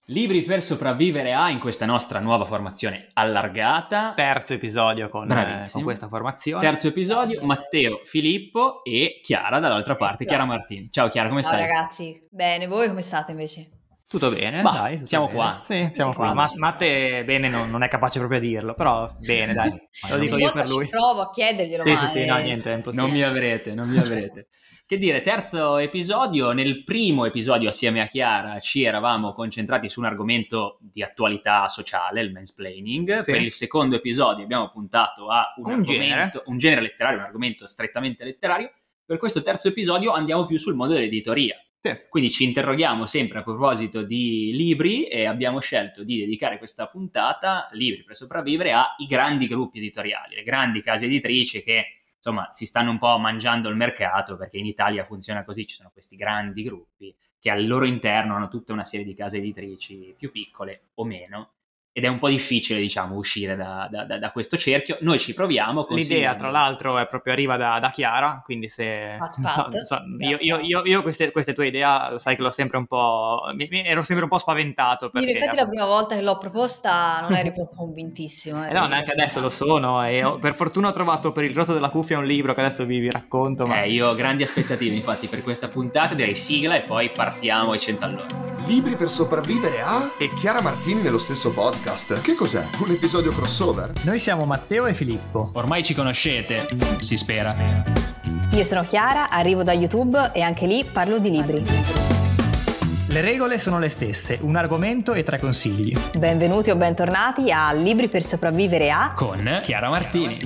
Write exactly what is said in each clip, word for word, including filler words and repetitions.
Libri per sopravvivere a in questa nostra nuova formazione allargata. Terzo episodio con, eh, con questa formazione. Terzo episodio, Matteo, Filippo e Chiara dall'altra parte, Chiara Martini. Ciao Chiara, come Ciao stai? Ciao ragazzi, bene, voi come state invece? Tutto bene, bah, dai, tutto siamo bene. qua. Sì, siamo sì, qua. qua Ma, Matte bene non, non è capace proprio a dirlo, però bene, dai. Lo dico io per lui. Ci provo a chiederglielo, sì, ma sì, sì, è... no, niente, è impossibile. Non mi avrete, non mi avrete. Che dire, terzo episodio. Nel primo episodio assieme a Chiara ci eravamo concentrati su un argomento di attualità sociale, il mansplaining. Sì. Per il secondo episodio abbiamo puntato a un, un argomento, genere. un genere letterario, un argomento strettamente letterario. Per questo terzo episodio andiamo più sul mondo dell'editoria. Sì. Quindi ci interroghiamo sempre a proposito di libri e abbiamo scelto di dedicare questa puntata, Libri per sopravvivere, ai grandi gruppi editoriali, le grandi case editrici che insomma si stanno un po' mangiando il mercato, perché in Italia funziona così, ci sono questi grandi gruppi che al loro interno hanno tutta una serie di case editrici più piccole o meno, ed è un po' difficile, diciamo, uscire da, da, da questo cerchio. Noi ci proviamo. L'idea, tra l'altro, è proprio arriva da, da Chiara, quindi se... Pat, pat. So, so, io io, io, io queste, queste tue idee, sai che l'ho sempre un po'... Mi, mi ero sempre un po' spaventato. Perché, in effetti la prima volta che l'ho proposta non eri proprio convintissimo. Eh, eh no, neanche adesso lo sono, e ho, per fortuna ho trovato per il rotto della cuffia un libro che adesso vi, vi racconto. Ma... Eh, io ho grandi aspettative, infatti, per questa puntata, direi sigla e poi partiamo ai cent'all'ora. Libri per sopravvivere a e Chiara Martini nello stesso podcast. Che cos'è? Un episodio crossover? Noi siamo Matteo e Filippo. Ormai ci conoscete, si spera. Io sono Chiara, arrivo da YouTube e anche lì parlo di libri. Le regole sono le stesse, un argomento e tre consigli. Benvenuti o bentornati a Libri per sopravvivere a con Chiara Martini.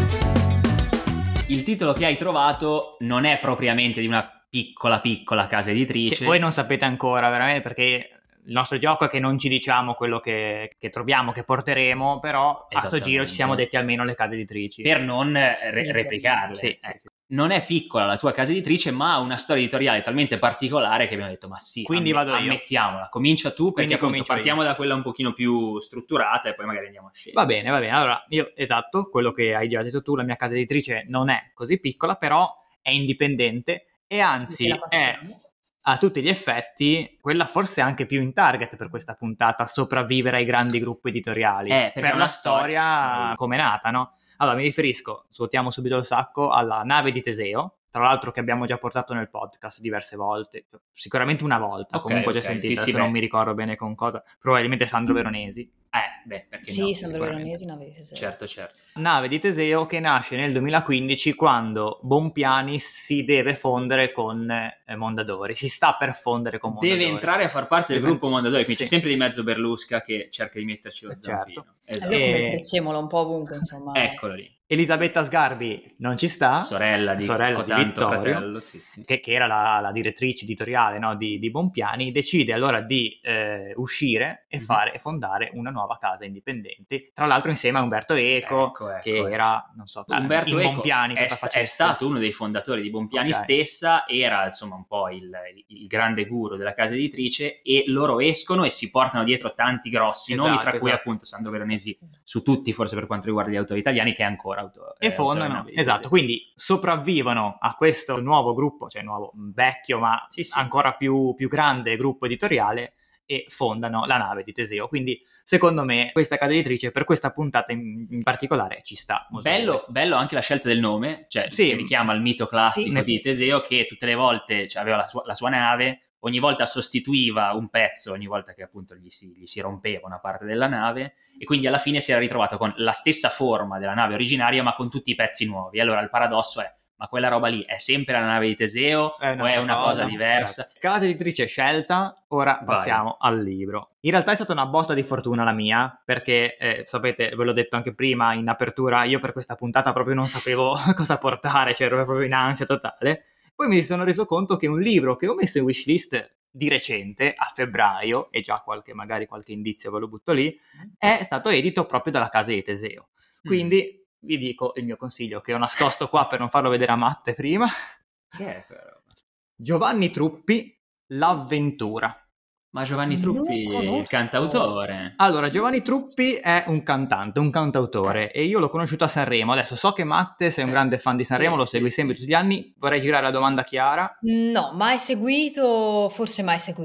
Il titolo che hai trovato non è propriamente di una piccola piccola casa editrice. Che voi non sapete ancora veramente, perché il nostro gioco è che non ci diciamo quello che, che troviamo, che porteremo, però a sto giro ci siamo detti almeno le case editrici. Per non re- replicarle. Sì, eh. sì, sì. Non è piccola la tua casa editrice, ma ha una storia editoriale talmente particolare che abbiamo detto, ma sì, quindi amm- vado io. ammettiamola, comincia tu, perché appunto partiamo io. da quella un pochino più strutturata e poi magari andiamo a scegliere. Va bene, va bene, allora io, esatto, quello che hai già detto tu, la mia casa editrice non è così piccola, però è indipendente e anzi è a tutti gli effetti quella forse anche più in target per questa puntata, sopravvivere ai grandi gruppi editoriali, eh, per la storia, storia come è nata, no? Allora mi riferisco, svuotiamo subito il sacco, alla Nave di Teseo, tra l'altro che abbiamo già portato nel podcast diverse volte, sicuramente una volta, okay, comunque ho già okay, sentito, sì, sì, non mi ricordo bene con cosa, probabilmente Sandro Veronesi. Eh, beh, perché sì, no? Sandro Veronesi, Nave di Teseo. Certo, certo. Nave di Teseo che nasce nel duemilaquindici quando Bompiani si deve fondere con eh, Mondadori, si sta per fondere con Mondadori. Deve entrare a far parte del deve... gruppo Mondadori, quindi sì. c'è sempre di mezzo Berlusca che cerca di metterci lo certo. zampino. Esatto. Allora come il prezzemolo un po' ovunque, insomma. Eccolo lì. Elisabetta Sgarbi non ci sta, sorella di, sorella di Vittorio, fratello, sì, sì. Che, che era la, la direttrice editoriale, no, di, di Bompiani, decide allora di eh, uscire e fare e fondare una nuova casa indipendente, tra l'altro insieme a Umberto Eco, ecco, ecco, che ecco. era, non so, Umberto in Eco Bompiani è, st- è stato uno dei fondatori di Bompiani okay. stessa, era insomma un po' il, il grande guru della casa editrice, e loro escono e si portano dietro tanti grossi esatto, nomi, tra esatto. cui appunto Sandro Veronesi su tutti, forse per quanto riguarda gli autori italiani, che è ancora autore. E fondano, esatto, quindi sopravvivono a questo nuovo gruppo, cioè nuovo, vecchio ma sì, sì. ancora più, più grande gruppo editoriale, e fondano la Nave di Teseo. Quindi secondo me questa casa editrice per questa puntata in, in particolare ci sta. Bello, bello anche la scelta del nome, cioè sì. che richiama il mito classico sì. di Teseo, che tutte le volte cioè, aveva la sua, la sua nave, ogni volta sostituiva un pezzo, ogni volta che appunto gli si, gli si rompeva una parte della nave, e quindi alla fine si era ritrovato con la stessa forma della nave originaria ma con tutti i pezzi nuovi. Allora il paradosso è: ma quella roba lì è sempre la nave di Teseo è o è una cosa, cosa diversa? Casa editrice scelta, ora passiamo Vai. al libro. In realtà è stata una botta di fortuna la mia, perché eh, sapete, ve l'ho detto anche prima in apertura, io per questa puntata proprio non sapevo cosa portare, cioè ero proprio in ansia totale. Poi mi sono reso conto che un libro che ho messo in wishlist di recente, a febbraio, e già qualche magari qualche indizio ve lo butto lì, è stato edito proprio dalla casa di Teseo. Quindi mm. vi dico il mio consiglio, che ho nascosto qua per non farlo vedere a Matte prima. Che è però? Giovanni Truppi, L'avventura. Ma Giovanni Truppi, cantautore. Allora, Giovanni Truppi è un cantante, un cantautore, eh. e io l'ho conosciuto a Sanremo. Adesso so che Matte sei un grande fan di Sanremo, sì, lo segui sì, sempre sì. tutti gli anni. Vorrei girare la domanda a Chiara. No, mai seguito, forse mai seguirò.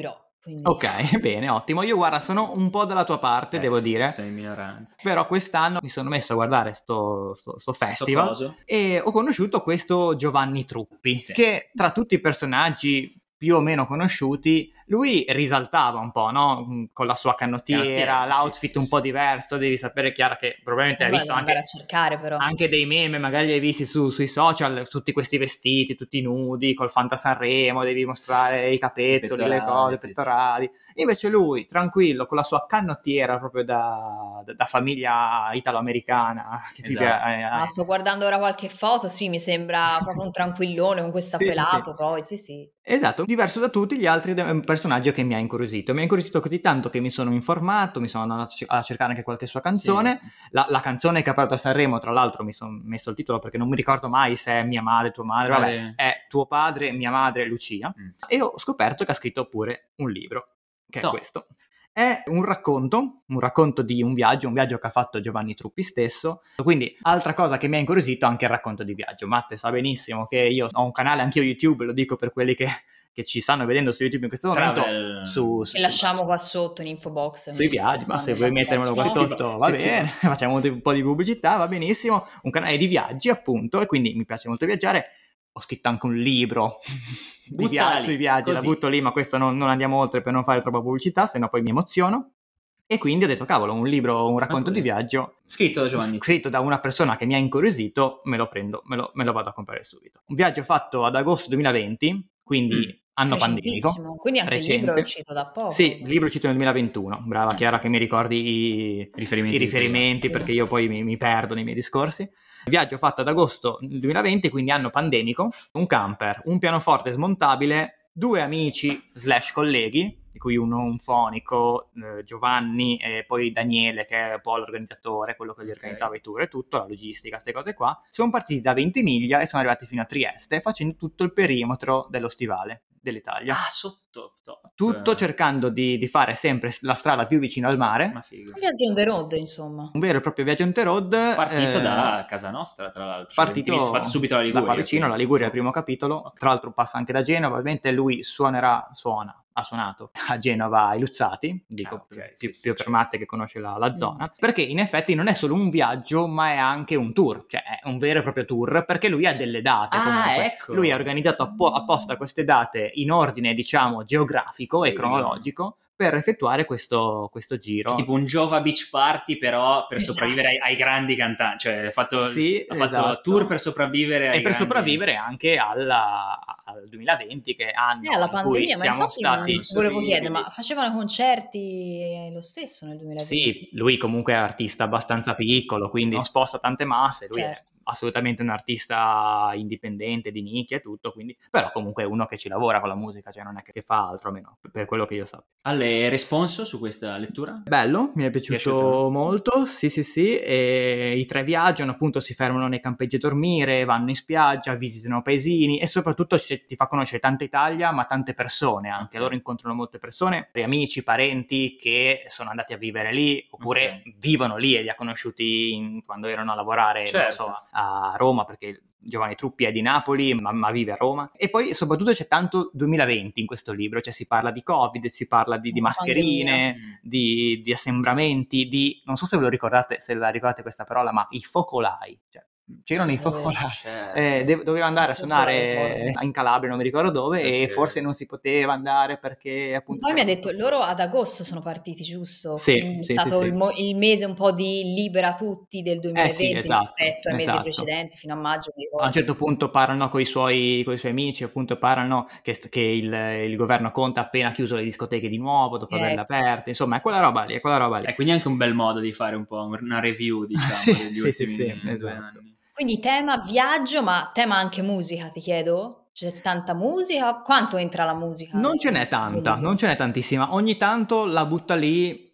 Quindi... Ok, bene, ottimo. Io guarda, sono un po' dalla tua parte, eh, devo dire. Sei minoranza. Però quest'anno mi sono messo a guardare sto, sto, sto festival Sto e ho conosciuto questo Giovanni Truppi, sì. che tra tutti i personaggi più o meno conosciuti, lui risaltava un po', no? Con la sua canottiera, Canottiera, l'outfit sì, sì, un sì. po' diverso, devi sapere, Chiara, che probabilmente hai Vabbè, visto devo andare anche, a cercare però. anche dei meme, magari li hai visti su, sui social, tutti questi vestiti, tutti nudi, col Fanta Sanremo, devi mostrare i capezzoli, I le cose, i sì, pettorali. Sì. Invece lui, tranquillo, con la sua canottiera proprio da, da, da famiglia italo-americana. Che Esatto. vive, eh, Ma sto guardando ora qualche foto, sì, mi sembra proprio un tranquillone con questo Sì, pelato, sì. poi, sì, sì. Esatto, diverso da tutti gli altri, è un personaggio che mi ha incuriosito. Mi ha incuriosito così tanto che mi sono informato, mi sono andato a cercare anche qualche sua canzone. Sì. La, la canzone che ha aperto a Sanremo, tra l'altro, mi sono messo il titolo perché non mi ricordo mai se è Mia madre, tua madre, vabbè, Madre. è Tuo padre, Mia madre, Lucia. Mm. E ho scoperto che ha scritto pure un libro, che è No. questo. È un racconto, un racconto di un viaggio, un viaggio che ha fatto Giovanni Truppi stesso. Quindi, altra cosa che mi ha incuriosito, anche il racconto di viaggio. Matte sa benissimo che io ho un canale anch'io YouTube, lo dico per quelli che, che ci stanno vedendo su YouTube in questo momento. Travel. Su, su, E lasciamo qua sotto in info box. sui viaggi, ma se vuoi mettermelo qua Se ti sotto va, va se ti bene, facciamo un po' di pubblicità, va benissimo. Un canale di viaggi, appunto, e quindi mi piace molto viaggiare. Ho scritto anche un libro di via- sui viaggi, così. la butto lì, ma questo non, non andiamo oltre per non fare troppa pubblicità, sennò poi mi emoziono. E quindi ho detto, cavolo, un libro, un racconto di viaggio scritto da Giovanni scritto da una persona che mi ha incuriosito, me lo prendo, me lo, me lo vado a comprare subito. Un viaggio fatto ad agosto duemilaventi, quindi Mm. anno pandemico. Recentissimo. Quindi anche il libro è uscito da poco. Sì, il libro è uscito nel duemilaventuno. Brava Chiara che mi ricordi i Riferimenti i riferimenti perché io poi mi, mi perdo nei miei discorsi. Viaggio fatto ad agosto duemilaventi, quindi anno pandemico. Un camper, un pianoforte smontabile, due amici slash colleghi, di cui uno un fonico, eh, Giovanni, e poi Daniele che è un po' l'organizzatore, quello che gli Ok. organizzava i tour e tutto, la logistica, queste cose qua. Sono partiti da Ventimiglia e sono arrivati fino a Trieste facendo tutto il perimetro dello stivale dell'Italia. Ah, sotto. Top. Tutto cercando di, di fare sempre la strada più vicina al mare. Ma figo. Un viaggio on the road, insomma. Un vero e proprio viaggio on the road. Partito eh, da casa nostra, tra l'altro. Cioè, Partito Ventimiglia, fatto subito la Liguria. da qua vicino, quindi. la Liguria è il primo capitolo. Ok. Tra l'altro passa anche da Genova, ovviamente lui suonerà, suona, ha suonato a Genova ai Luzzati, dico Ah, ok, più, sì, più, sì, più per certo. Matte che conosce la, la zona, perché in effetti non è solo un viaggio ma è anche un tour, cioè è un vero e proprio tour perché lui ha delle date Ah, comunque. ecco. Lui ha organizzato appo- apposta queste date in ordine diciamo geografico e Figo. cronologico per effettuare questo, questo giro. Tipo un Giova Beach Party, però per Esatto. sopravvivere ai, ai grandi cantanti. Cioè, ha fatto, Sì, ha fatto esatto. tour per sopravvivere ai e per grandi... sopravvivere anche alla, al duemilaventi, che è anno Eh, alla in cui pandemia, ma siamo infatti stati... non- volevo chiedere, ma bellissimo. facevano concerti lo stesso nel duemilaventi? Sì, lui comunque è artista abbastanza piccolo, quindi non sposta tante masse, lui Certo. è assolutamente un artista indipendente, di nicchia e tutto, quindi... però comunque è uno che ci lavora con la musica, cioè non è che fa altro, almeno per quello che io sappia. Alle responso su questa lettura? Bello, mi è piaciuto, Piaciuto? molto, sì sì sì, e i tre viaggiano, appunto si fermano nei campeggi a dormire, vanno in spiaggia, visitano paesini e soprattutto ci- ti fa conoscere tanta Italia ma tante persone anche, Ok. loro incontrano molte persone, amici, parenti che sono andati a vivere lì oppure Ok. vivono lì e li ha conosciuti in- quando erano a lavorare, Certo. non so, a Roma perché... Giovanni Truppi è di Napoli, ma, ma vive a Roma. E poi soprattutto c'è tanto duemilaventi in questo libro, cioè si parla di Covid, si parla di, di Tanta mascherine, pandemia. di, di assembramenti, di... non so se ve lo ricordate, se la ricordate questa parola, ma i focolai. Cioè, c'erano Sì, i è vero. focolai. Certo. Eh, de- doveva andare a Tutto qua suonare ricordo. in Calabria, non mi ricordo dove, e Ok. forse non si poteva andare perché appunto... Poi mi ha c'era detto, questo- loro ad agosto sono partiti, giusto? Sì, Quindi è sì, stato sì, il, sì. mo- il mese un po' di libera tutti del duemilaventi esatto, rispetto ai mesi esatto. precedenti, fino a maggio, mi A un ricordo. certo punto parlano con i suoi, coi suoi amici, appunto parlano che, che il, il governo Conte ha appena chiuso le discoteche di nuovo dopo averle Ecco, aperte, sì, insomma è sì. quella roba lì, è quella roba lì. E quindi anche un bel modo di fare un po' una review, diciamo, Sì, degli sì, sì, ultimi sì, due esatto. anni. Quindi tema viaggio, ma tema anche musica, ti chiedo? C'è tanta musica? Quanto entra la musica? Non nel- ce n'è nel tanta, libro? non ce n'è tantissima, ogni tanto la butta lì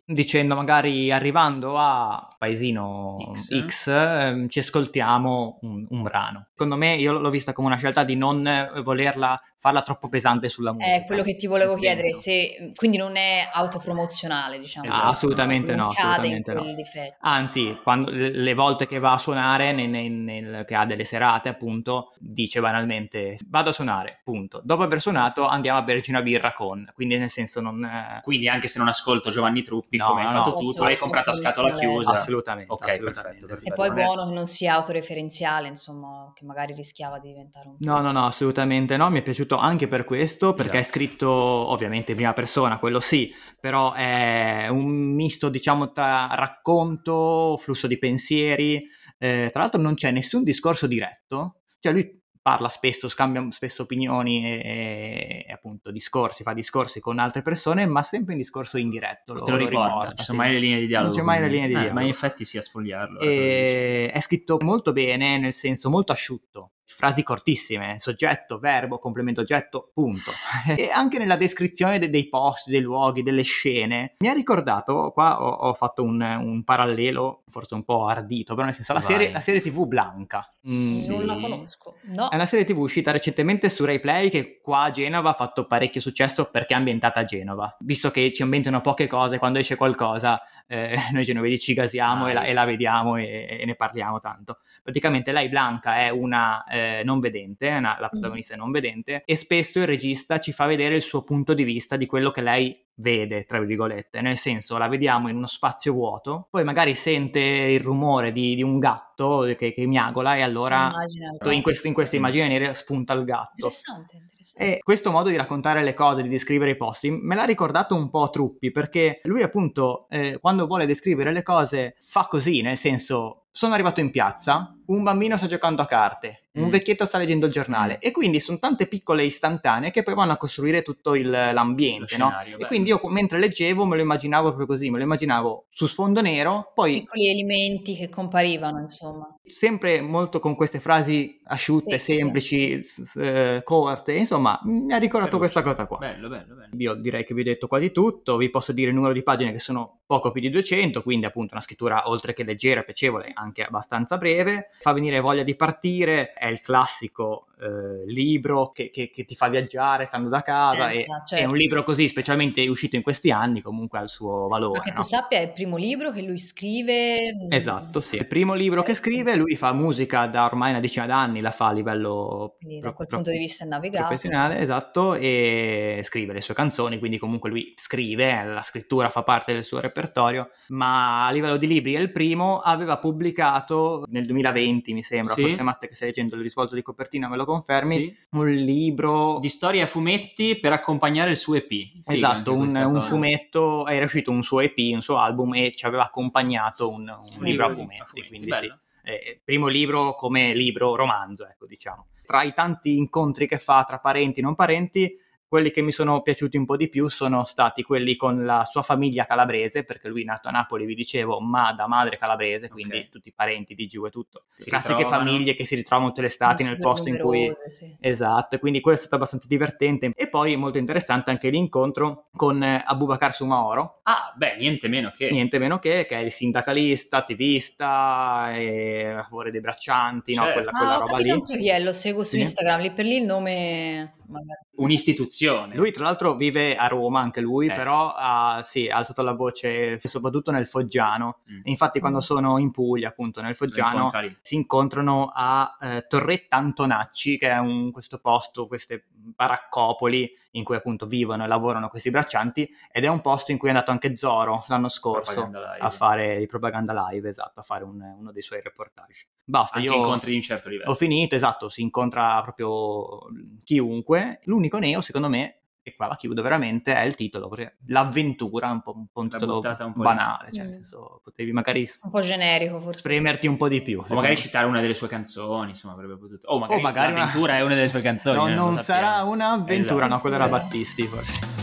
dicendo magari arrivando a paesino X, X eh, ci ascoltiamo un, un brano. Secondo me io l'ho vista come una scelta di non volerla farla troppo pesante sulla musica. È quello che ti volevo Nel chiedere, senso. se quindi non è autopromozionale, diciamo. Ah, assolutamente non no, cade in assolutamente quel no. difetto. Anzi, quando, le volte che va a suonare, nel, nel, nel, che ha delle serate appunto, dice banalmente vado a suonare, punto. Dopo aver suonato andiamo a berci una birra con, quindi nel senso non... Eh... Quindi anche se non ascolto Giovanni Truppi, No, come hai no, fatto no. tu, Posso- tu hai comprato a posso scatola installare. chiusa. Assolutamente, Ok, assolutamente. perfetto, E perfetto. poi Non è- buono che non sia autoreferenziale, insomma, che magari rischiava di diventare un po'... No, no, no, assolutamente no, mi è piaciuto anche per questo, perché Yeah. è scritto ovviamente in prima persona, quello sì, però è un misto, diciamo, tra racconto, flusso di pensieri, eh, tra l'altro non c'è nessun discorso diretto, cioè lui parla spesso, scambia spesso opinioni e, e appunto discorsi, fa discorsi con altre persone, ma sempre in discorso indiretto. Te lo riporta, ci sono mai le linee di dialogo. Non c'è mai le quindi. linee di Eh, dialogo. Ma in effetti sì, a sfogliarlo. ora che lo dici. E è scritto molto bene, nel senso molto asciutto, frasi cortissime, soggetto, verbo, complemento oggetto, punto. E anche nella descrizione de- dei posti, dei luoghi, delle scene, mi ha ricordato, qua ho, ho fatto un, un parallelo, forse un po' ardito, però nel senso la Vai. serie, la serie tivù Blanca. Mm, Non la Sì. conosco. No. È una serie tivù uscita recentemente su Rai Play che qua a Genova ha fatto parecchio successo perché è ambientata a Genova. Visto che ci ambientano poche cose, quando esce qualcosa eh, noi genovesi ci gasiamo Ah, e, la, ecco. e la vediamo e, e ne parliamo tanto. Praticamente lei Blanca è una eh, non vedente, una, la protagonista è non vedente e spesso il regista ci fa vedere il suo punto di vista di quello che lei vede, tra virgolette, nel senso la vediamo in uno spazio vuoto, poi magari sente il rumore di, di un gatto che, che miagola e allora Immagina. in, quest- in questa immagine nera spunta il gatto. Interessante, interessante. E questo modo di raccontare le cose, di descrivere i posti, me l'ha ricordato un po' Truppi, perché lui appunto eh, quando vuole descrivere le cose fa così, nel senso sono arrivato in piazza, un bambino sta giocando a carte, un Mm. vecchietto sta leggendo il giornale Mm. e quindi sono tante piccole istantanee che poi vanno a costruire tutto il, l'ambiente, Lo no? scenario, E bello. quindi io mentre leggevo me lo immaginavo proprio così, me lo immaginavo su sfondo nero, poi Piccoli elementi che comparivano, insomma. sempre molto con queste frasi asciutte, Sì, semplici, s- s- eh, corte, insomma, mi ha ricordato Veloce. questa cosa qua. Bello, bello, bello. Io direi che vi ho detto quasi tutto, vi posso dire il numero di pagine che sono poco più di duecento, quindi appunto una scrittura oltre che leggera, piacevole, anche abbastanza breve, fa venire voglia di partire, è il classico eh, libro che, che, che ti fa viaggiare stando da casa Eh, e, sa, e certo. un libro così, specialmente uscito in questi anni, comunque ha il suo valore. Ma che tu no? sappia è il primo libro che lui scrive. Esatto, sì. Il primo libro che scrive, lui fa musica da ormai una decina d'anni, la fa a livello Quindi pro- da quel pro- punto di vista è navigato. professionale, esatto, e scrive le sue canzoni, quindi comunque lui scrive, la scrittura fa parte del suo repertorio, ma a livello di libri è il primo, aveva pubblicato nel duemilaventi, mi sembra, Sì. forse Matte che stai leggendo il risvolto di copertina me lo confermi, Sì. un libro... Di storie a fumetti per accompagnare il suo E P. Figa Esatto, anche un, questa un cosa. fumetto, era uscito un suo E P, un suo album e ci aveva accompagnato un, un Un libro a libro di- fumetti, a fumetti, quindi bello. sì, eh, primo libro come libro romanzo, ecco, diciamo. Tra i tanti incontri che fa tra parenti e non parenti, quelli che mi sono piaciuti un po' di più sono stati quelli con la sua famiglia calabrese, perché lui è nato a Napoli, vi dicevo, ma da madre calabrese, quindi Ok. tutti i parenti di giù e tutto. Si Classiche ritrovano. famiglie che si ritrovano tutte le estati Sono nel super posto in cui... numerose, sì. Esatto, e quindi quello è stato abbastanza divertente. E poi molto interessante anche l'incontro con eh, Abubakar Sumaoro, Ah, beh, niente meno che... niente meno che, che è il sindacalista, attivista, e a favore dei braccianti, no? Certo. quella, quella Ah, ho roba capito lì. anche io chi è, lo seguo su Sì. Instagram, lì per lì il nome magari. Un'istituzione. Lui tra l'altro vive a Roma anche lui, Eh. però ha, sì, ha alzato la voce soprattutto nel Foggiano. Mm. E infatti quando Mm. sono in Puglia, appunto nel Lo Foggiano, incontra lì. si incontrano a eh, Torretta Antonacci, che è un, questo posto, queste baraccopoli in cui appunto vivono e lavorano questi braccianti, ed è un posto in cui è andato anche Zorro l'anno scorso Propaganda live. a fare di propaganda live, esatto, a fare un- uno dei suoi reportage. Basta, Anche io incontri di un certo livello. ho finito, esatto, si incontra proprio chiunque. L'unico neo, secondo me, e qua la chiudo veramente, è il titolo, perché l'avventura è un po' un, po' un L'ha titolo buttata un po' banale, cioè Mm. nel senso potevi magari Un po' generico forse. spremerti un po' di più. O magari secondo me. citare una delle sue canzoni, insomma, avrebbe potuto... O magari, O magari una- l'avventura è una delle sue canzoni. No, noi non lo sarà sappiamo. un'avventura, Esatto. no, quella era Battisti forse.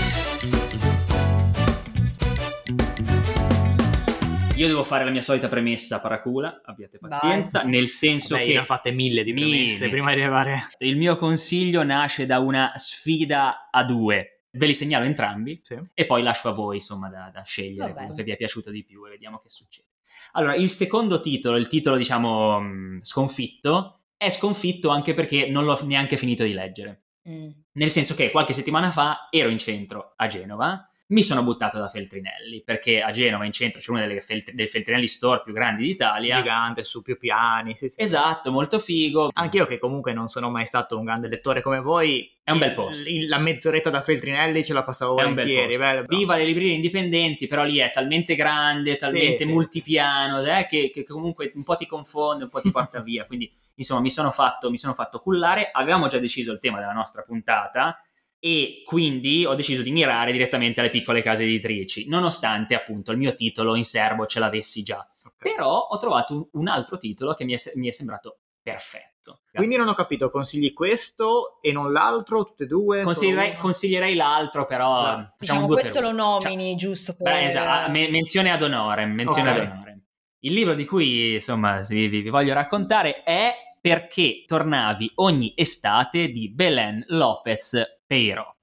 Io devo fare la mia solita premessa paracula, abbiate pazienza, Vai. nel senso Beh, che ne ho fatte mille di Mille. premesse prima di arrivare. il mio consiglio nasce da una sfida a due. ve li segnalo entrambi, Sì. e poi lascio a voi, insomma, da, da scegliere quello che vi è piaciuto di più e vediamo che succede. Allora, il secondo titolo, il titolo diciamo mh, sconfitto, è sconfitto anche perché non l'ho neanche finito di leggere. Mm. Nel senso che qualche settimana fa ero in centro a Genova, mi sono buttato da Feltrinelli, perché a Genova in centro c'è uno delle Felt- dei Feltrinelli Store più grandi d'Italia. Gigante, su più piani, sì, sì. Esatto, molto figo. Anch'io che comunque non sono mai stato un grande lettore come voi, è un bel posto. Il, la mezz'oretta da Feltrinelli ce la passavo è un bel volentieri. Bello, Viva le librerie indipendenti, però lì è talmente grande, talmente sì, multipiano, sì, eh, che, che comunque un po' ti confonde, un po' ti porta via, quindi insomma mi sono fatto mi sono fatto cullare. Avevamo già deciso il tema della nostra puntata e quindi ho deciso di mirare direttamente alle piccole case editrici, nonostante appunto il mio titolo in serbo ce l'avessi già. Okay. Però ho trovato un, un altro titolo che mi è, mi è sembrato perfetto. Quindi non ho capito, consigli questo e non l'altro, tutte e due? Consiglierei, consiglierei l'altro, però no. Diciamo questo lo nomini, cioè, giusto per... Beh, esatto, me, menzione ad honorem, menzione okay. ad honorem. Il libro di cui insomma vi, vi, vi voglio raccontare è Perché tornavi ogni estate di Belén López Peiró,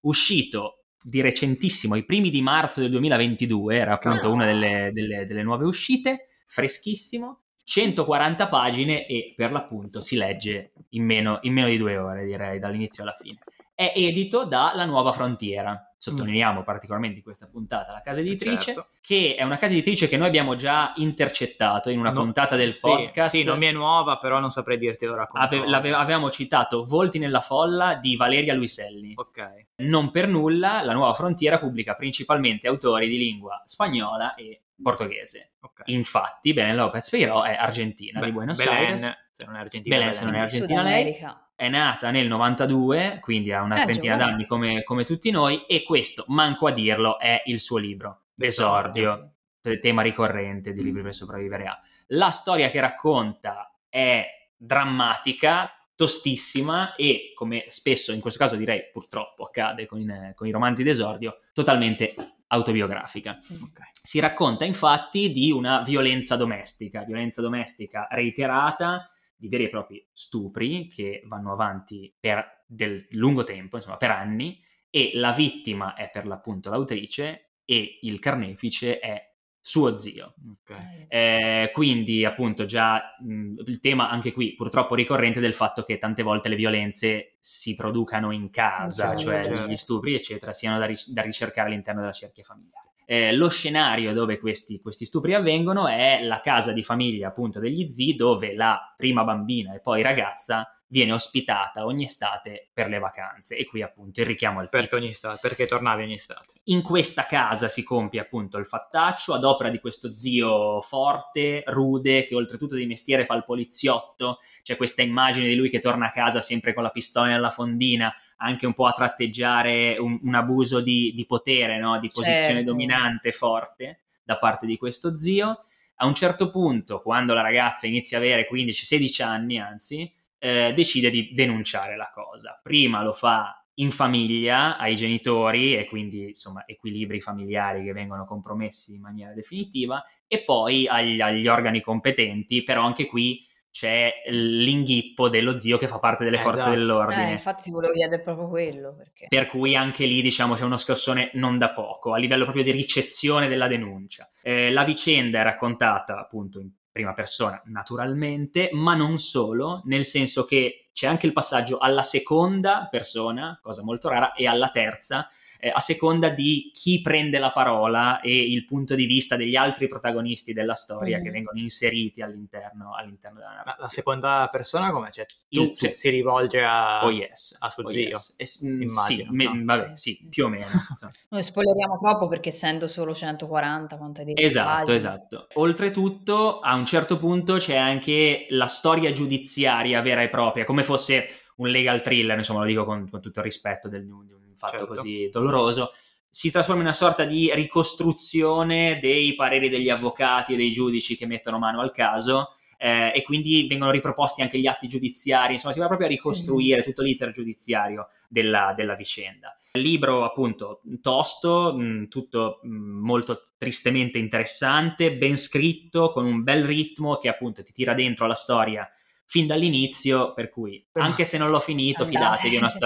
uscito di recentissimo, i primi di marzo del duemilaventidue, era appunto oh. una delle, delle, delle nuove uscite, freschissimo, centoquaranta pagine e per l'appunto si legge in meno, in meno di due ore, direi, dall'inizio alla fine. È edito da La Nuova Frontiera, sottolineiamo mm. particolarmente in questa puntata la casa editrice, certo. che è una casa editrice che noi abbiamo già intercettato in una no, puntata del sì, podcast. Sì, non mi è nuova, però non saprei dirti ora come. Ave, l'ave, avevamo citato Volti nella folla di Valeria Luiselli. Ok. Non per nulla, La Nuova Frontiera pubblica principalmente autori di lingua spagnola e portoghese. Okay. Infatti, Belén López Peiró è argentina, Beh, di Buenos Belén, Aires. Se non è argentina, Belén, se non è argentina lei. È nata nel novantadue, quindi ha una eh, trentina giovane. d'anni come, come tutti noi, e questo, manco a dirlo, è il suo libro d'esordio, tema ricorrente di Libri per sopravvivere a. La storia che racconta è drammatica, tostissima e, come spesso in questo caso direi purtroppo accade con, in, con i romanzi d'esordio, totalmente autobiografica. Okay. Si racconta infatti di una violenza domestica, violenza domestica reiterata, di veri e propri stupri che vanno avanti per del lungo tempo, insomma per anni, e la vittima è per l'appunto l'autrice e il carnefice è suo zio. Okay. Eh, quindi appunto già mh, il tema anche qui purtroppo ricorrente del fatto che tante volte le violenze si producano in casa, okay, cioè certo. gli stupri eccetera siano da, ric- da ricercare all'interno della cerchia familiare. Eh, lo scenario dove questi, questi stupri avvengono è la casa di famiglia appunto degli zii, dove la prima bambina e poi ragazza viene ospitata ogni estate per le vacanze, e qui appunto il richiamo al perché ogni estate, perché tornavi ogni estate. In questa casa si compie appunto il fattaccio ad opera di questo zio forte, rude, che oltretutto di mestiere fa il poliziotto. C'è questa immagine di lui che torna a casa sempre con la pistola nella fondina, anche un po' a tratteggiare un, un abuso di, di potere, no? Di posizione certo. dominante forte da parte di questo zio. A un certo punto, quando la ragazza inizia a avere quindici sedici anni, anzi, eh, decide di denunciare la cosa. Prima lo fa in famiglia, ai genitori, e quindi insomma equilibri familiari che vengono compromessi in maniera definitiva, e poi agli, agli organi competenti, però anche qui c'è l'inghippo dello zio che fa parte delle forze esatto. dell'ordine. Eh, infatti ti volevo chiedere proprio quello. Perché... Per cui anche lì diciamo c'è uno scossone non da poco, a livello proprio di ricezione della denuncia. Eh, la vicenda è raccontata appunto in prima persona naturalmente, ma non solo, nel senso che c'è anche il passaggio alla seconda persona, cosa molto rara, e alla terza, eh, a seconda di chi prende la parola e il punto di vista degli altri protagonisti della storia mm. che vengono inseriti all'interno, all'interno della narrazione. La seconda persona come c'è? Tu, cioè, si rivolge a, oh yes. a suo oh zio? Yes. Eh, sì, me, no? vabbè, sì, più o meno. Noi spoileriamo troppo perché essendo solo centoquaranta, quanto hai detto? Esatto, pagine. esatto. Oltretutto, a un certo punto c'è anche la storia giudiziaria vera e propria, come fosse un legal thriller, insomma lo dico con, con tutto il rispetto del, di un fatto certo. così doloroso. Si trasforma in una sorta di ricostruzione dei pareri degli avvocati e dei giudici che mettono mano al caso, eh, e quindi vengono riproposti anche gli atti giudiziari, insomma si va proprio a ricostruire mm. tutto l'iter giudiziario della, della vicenda. Libro appunto tosto, mh, tutto mh, molto tristemente interessante, ben scritto, con un bel ritmo che appunto ti tira dentro la storia fin dall'inizio, per cui anche se non l'ho finito, fidatevi, è una storia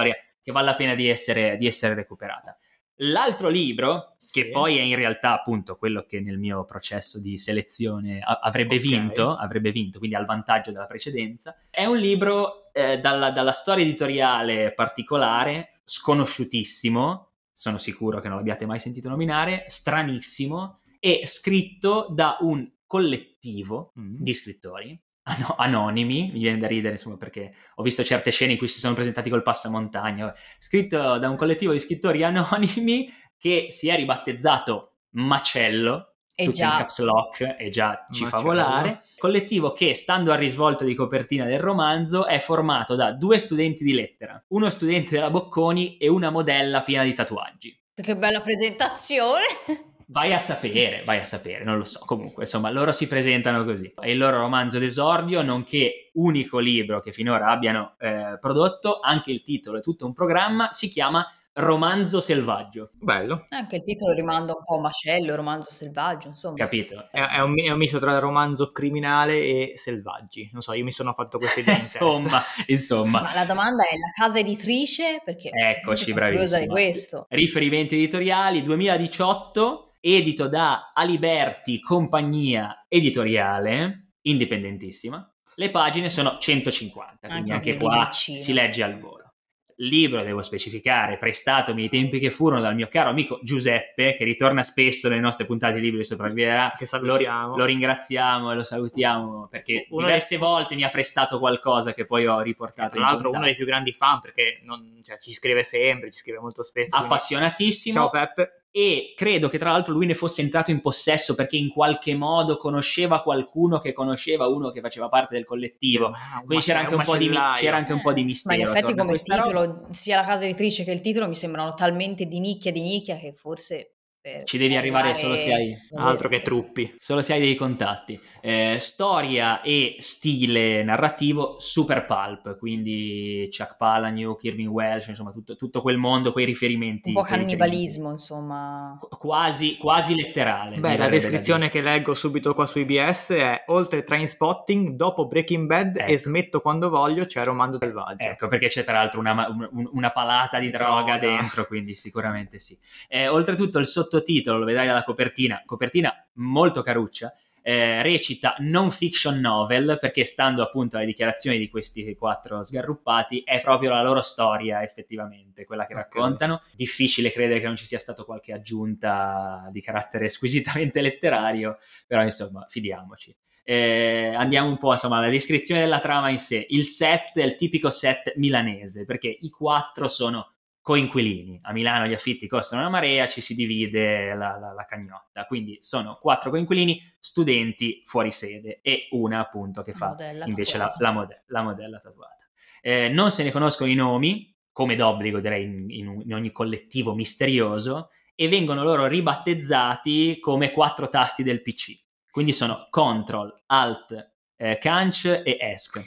che vale la pena di essere, di essere recuperata. L'altro libro, sì. che poi è in realtà appunto quello che nel mio processo di selezione a- avrebbe okay. vinto, avrebbe vinto, quindi al vantaggio della precedenza, è un libro eh, dalla, dalla storia editoriale particolare, sconosciutissimo, sono sicuro che non l'abbiate mai sentito nominare, stranissimo, e scritto da un collettivo mm. di scrittori an- anonimi, mi viene da ridere insomma perché ho visto certe scene in cui si sono presentati col passamontagna, scritto da un collettivo di scrittori anonimi che si è ribattezzato Macello, e tutto già. in caps lock e già ci Macello. Fa volare, collettivo che, stando al risvolto di copertina del romanzo, è formato da due studenti di lettera, uno studente della Bocconi e una modella piena di tatuaggi. Che bella presentazione! Vai a sapere, vai a sapere, non lo so. Comunque, insomma, loro si presentano così. È il loro romanzo d'esordio, nonché unico libro che finora abbiano eh, prodotto. Anche il titolo è tutto un programma, si chiama Romanzo selvaggio. Bello. Anche il titolo rimanda un po' a macello, romanzo selvaggio, insomma. Capito? È, è, un, è un misto tra romanzo criminale e selvaggi. Non so, io mi sono fatto queste idee in insomma, insomma. Ma la domanda è la casa editrice, perché eccoci, sono curiosa di questo. Riferimenti editoriali, duemiladiciotto, edito da Aliberti Compagnia Editoriale, indipendentissima. Le pagine sono centocinquanta, quindi anche, anche qua vicino. Si legge al volo. Libro, devo specificare, prestatomi ai tempi che furono dal mio caro amico Giuseppe, che ritorna spesso nelle nostre puntate di Libri di Sopravviverà, che salutiamo. Lo, lo ringraziamo e lo salutiamo perché uno diverse dei... volte mi ha prestato qualcosa che poi ho riportato. Tra l'altro uno dei più grandi fan, perché non, cioè, ci scrive sempre, ci scrive molto spesso. Appassionatissimo. Ciao Peppe. E credo che tra l'altro lui ne fosse entrato in possesso perché in qualche modo conosceva qualcuno che conosceva uno che faceva parte del collettivo, ah, quindi c'era anche, un po di, c'era anche un po' di mistero. Ma in effetti come titolo, roba. sia la casa editrice che il titolo mi sembrano talmente di nicchia di nicchia che forse... ci devi arrivare solo se hai altro che truppi, solo se hai dei contatti. Eh, storia e stile narrativo super pulp, quindi Chuck Palahniuk, Irving Welsh, insomma tutto, tutto quel mondo, quei riferimenti, un po' cannibalismo, insomma, quasi, quasi letterale. Beh, la descrizione che leggo subito qua su I B S è: oltre Trainspotting, dopo Breaking Bad, ecco. E smetto quando voglio, c'è Romanzo selvaggio. Ecco, perché c'è peraltro una, una, una palata di droga, droga dentro, quindi sicuramente sì. Eh, oltretutto il sottotitolo, lo vedrai dalla copertina, copertina molto caruccia, eh, recita non fiction novel, perché stando appunto alle dichiarazioni di questi quattro sgarruppati è proprio la loro storia effettivamente quella che okay. raccontano. Difficile credere che non ci sia stato qualche aggiunta di carattere squisitamente letterario, però insomma fidiamoci. Eh, andiamo un po' insomma alla descrizione della trama in sé. Il set è il tipico set milanese, perché i quattro sono coinquilini. A Milano gli affitti costano una marea, ci si divide la, la, la cagnotta, quindi sono quattro coinquilini, studenti fuori sede e una appunto che fa modella invece la, la, mode- la modella tatuata. Eh, non se ne conoscono i nomi, come d'obbligo direi in, in, in ogni collettivo misterioso, e vengono loro ribattezzati come quattro tasti del P C, quindi sono Control, Alt, eh, Canc e Esc.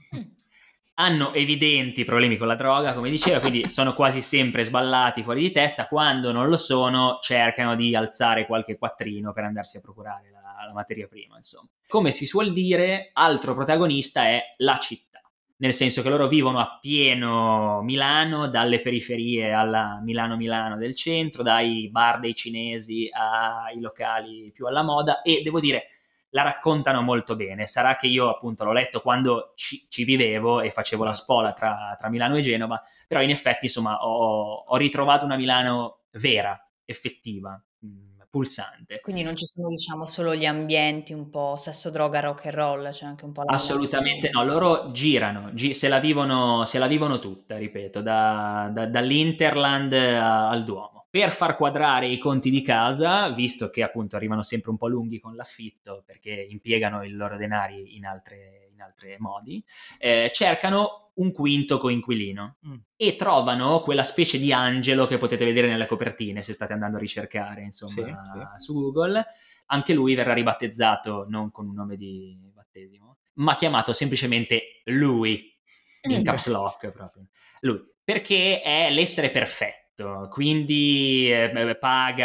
Hanno evidenti problemi con la droga, come diceva, quindi sono quasi sempre sballati fuori di testa. Quando non lo sono, cercano di alzare qualche quattrino per andarsi a procurare la, la materia prima, insomma. Come si suol dire, altro protagonista è la città, nel senso che loro vivono a pieno Milano, dalle periferie alla Milano-Milano del centro, dai bar dei cinesi ai locali più alla moda, e devo dire la raccontano molto bene. Sarà che io appunto l'ho letto quando ci, ci vivevo e facevo la spola tra, tra Milano e Genova, però in effetti insomma ho, ho ritrovato una Milano vera, effettiva, mh, pulsante. Quindi non ci sono diciamo solo gli ambienti un po' sesso, droga, rock and roll, c'è anche un po' la... Assolutamente no, loro girano, gi- se la vivono, se la vivono tutta, ripeto, da, da, dall'Interland a, al Duomo. Per far quadrare i conti di casa, visto che appunto arrivano sempre un po' lunghi con l'affitto perché impiegano i loro denari in altre, in altri modi, eh, cercano un quinto coinquilino mm. e trovano quella specie di angelo che potete vedere nelle copertine se state andando a ricercare insomma sì, sì. su Google. Anche lui verrà ribattezzato non con un nome di battesimo, ma chiamato semplicemente lui, in caps lock proprio. Lui, perché è l'essere perfetto. perfetto, quindi eh,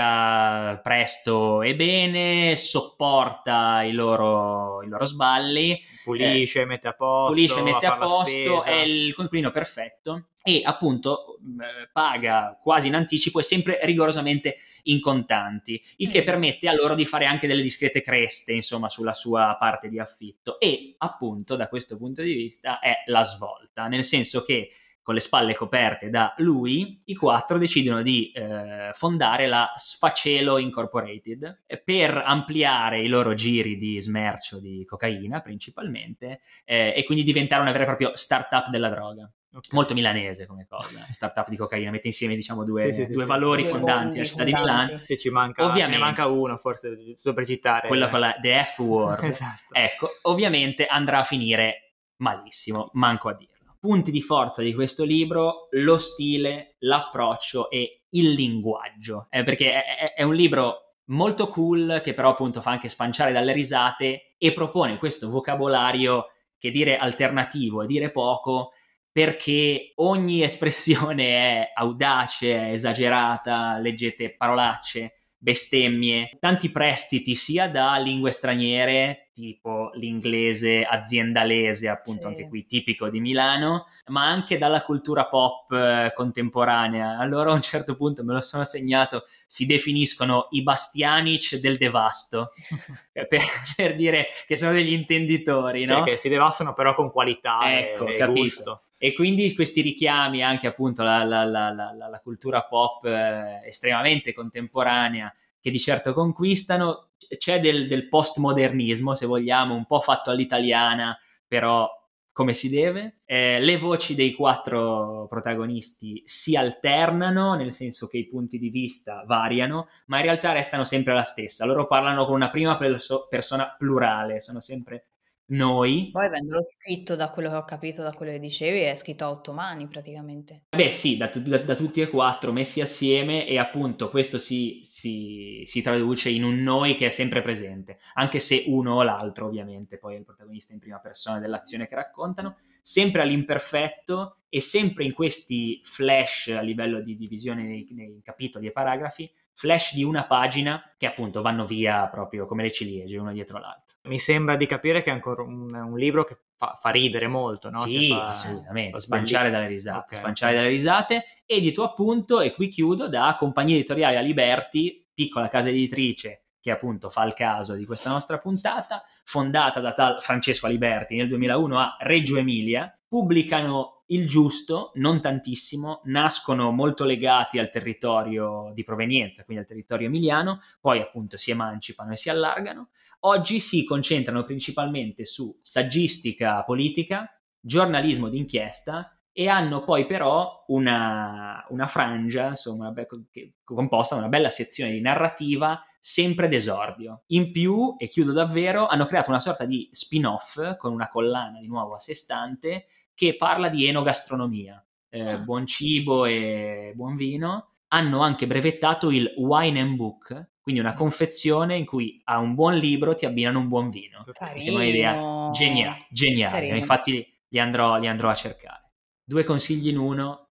paga presto e bene, sopporta i loro, i loro sballi, pulisce, eh, mette a posto, pulisce, mette a fa la posto, spesa. è il coinquilino perfetto e appunto eh, paga quasi in anticipo e sempre rigorosamente in contanti, il che Mm. permette a loro di fare anche delle discrete creste, insomma, sulla sua parte di affitto. E appunto da questo punto di vista è la svolta, nel senso che con le spalle coperte da lui, i quattro decidono di eh, fondare la Sfacelo Incorporated per ampliare i loro giri di smercio di cocaina principalmente eh, e quindi diventare una vera e propria startup della droga. Okay. Molto milanese come cosa, startup di cocaina, mette insieme diciamo due, sì, sì, due sì, valori due fondanti della città fondanti. Di Milano. Se ci manca, ovviamente, ce ne manca uno forse, sto per citare. Quella con la The F word. Esatto. Ecco, ovviamente andrà a finire malissimo, manco a dirlo. Punti di forza di questo libro, lo stile, l'approccio e il linguaggio, eh, perché è, è un libro molto cool che però appunto fa anche spanciare dalle risate e propone questo vocabolario che dire alternativo è dire poco, perché ogni espressione è audace, è esagerata, leggete parolacce, bestemmie, tanti prestiti sia da lingue straniere, tipo l'inglese aziendalese, appunto, sì, anche qui tipico di Milano, ma anche dalla cultura pop eh, contemporanea. Allora a un certo punto me lo sono segnato, si definiscono i Bastianic del devasto, per, per dire che sono degli intenditori, no? Cioè, che si devastano però con qualità, ecco, e, e capito. gusto. E quindi questi richiami anche appunto alla, alla, alla, alla cultura pop eh, estremamente contemporanea che di certo conquistano, c'è del, del postmodernismo se vogliamo, un po' fatto all'italiana però come si deve, eh, le voci dei quattro protagonisti si alternano nel senso che i punti di vista variano ma in realtà restano sempre la stessa, loro parlano con una prima perso- persona plurale, sono sempre noi. Poi avendolo scritto, da quello che ho capito, da quello che dicevi, è scritto a otto mani praticamente. Beh sì, da, da, da tutti e quattro messi assieme e appunto questo si, si, si traduce in un noi che è sempre presente, anche se uno o l'altro ovviamente poi è il protagonista in prima persona dell'azione che raccontano, sempre all'imperfetto e sempre in questi flash a livello di divisione nei, nei capitoli e paragrafi, flash di una pagina che appunto vanno via proprio come le ciliegie uno dietro l'altro. Mi sembra di capire che è ancora un, un libro che fa, fa ridere molto, no? Sì, fa, assolutamente, spanciare dalle risate, okay, spanciare okay. dalle risate, edito appunto, e qui chiudo, da Compagnia Editoriale Aliberti, piccola casa editrice che appunto fa il caso di questa nostra puntata, fondata da tal Francesco Aliberti nel duemilauno a Reggio Emilia, pubblicano il giusto, non tantissimo, nascono molto legati al territorio di provenienza, quindi al territorio emiliano, poi appunto si emancipano e si allargano. Oggi si concentrano principalmente su saggistica politica, giornalismo d'inchiesta e hanno poi però una, una frangia, insomma, che, composta da una bella sezione di narrativa sempre d'esordio. In più, e chiudo davvero, hanno creato una sorta di spin-off con una collana di nuovo a sé stante che parla di enogastronomia, eh, ah. buon cibo e buon vino. Hanno anche brevettato il Wine and Book, quindi una confezione in cui a un buon libro ti abbinano un buon vino. Carino. Mi sembra un'idea geniale, geniale. Infatti li andrò, li andrò a cercare. Due consigli in uno,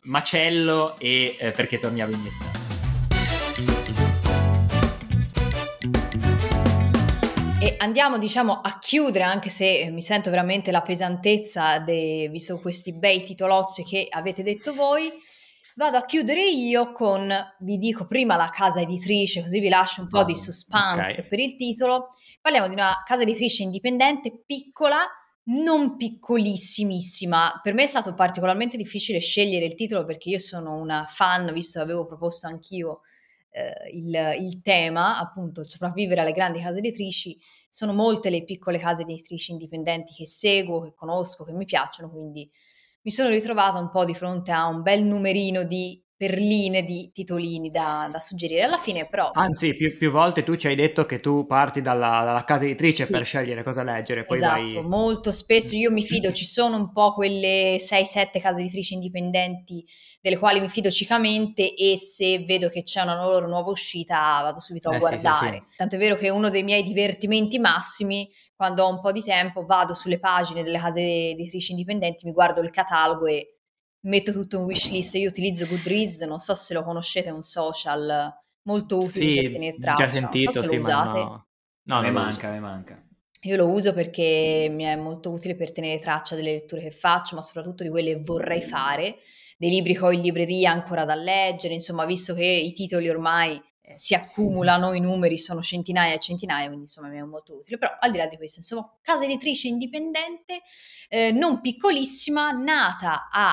macello e eh, perché torniamo in estate. E andiamo, diciamo, a chiudere, anche se mi sento veramente la pesantezza, de, visto questi bei titolozzi che avete detto voi. Vado a chiudere io con, vi dico prima la casa editrice, così vi lascio un po' oh, di suspense okay. per il titolo. Parliamo di una casa editrice indipendente, piccola, non piccolissimissima. Per me è stato particolarmente difficile scegliere il titolo perché io sono una fan, visto che avevo proposto anch'io eh, il, il tema, appunto, il sopravvivere alle grandi case editrici. Sono molte le piccole case editrici indipendenti che seguo, che conosco, che mi piacciono, quindi mi sono ritrovata un po' di fronte a un bel numerino di perline, di titolini da, da suggerire. Alla fine però... Anzi, più, più volte tu ci hai detto che tu parti dalla, dalla casa editrice sì. per scegliere cosa leggere. Poi esatto, vai... molto spesso io mi fido, ci sono un po' quelle sei sette case editrici indipendenti delle quali mi fido ciecamente e se vedo che c'è una loro nuova uscita vado subito a eh, guardare. Sì, sì, sì. Tanto è vero che uno dei miei divertimenti massimi, quando ho un po' di tempo, vado sulle pagine delle case editrici indipendenti, mi guardo il catalogo e metto tutto in wishlist. Io utilizzo Goodreads, non so se lo conoscete, è un social molto utile per Sì, tenere già traccia, non so sentito, se lo sì, ma usate. no. No, a me non lo manca, uso. a me manca. Io lo uso perché mi è molto utile per tenere traccia delle letture che faccio, ma soprattutto di quelle che vorrei fare, dei libri che ho in libreria ancora da leggere, insomma, visto che i titoli ormai eh, si accumulano, i numeri sono centinaia e centinaia, quindi insomma mi è molto utile. Però al di là di questo, insomma, casa editrice indipendente, eh, non piccolissima, nata a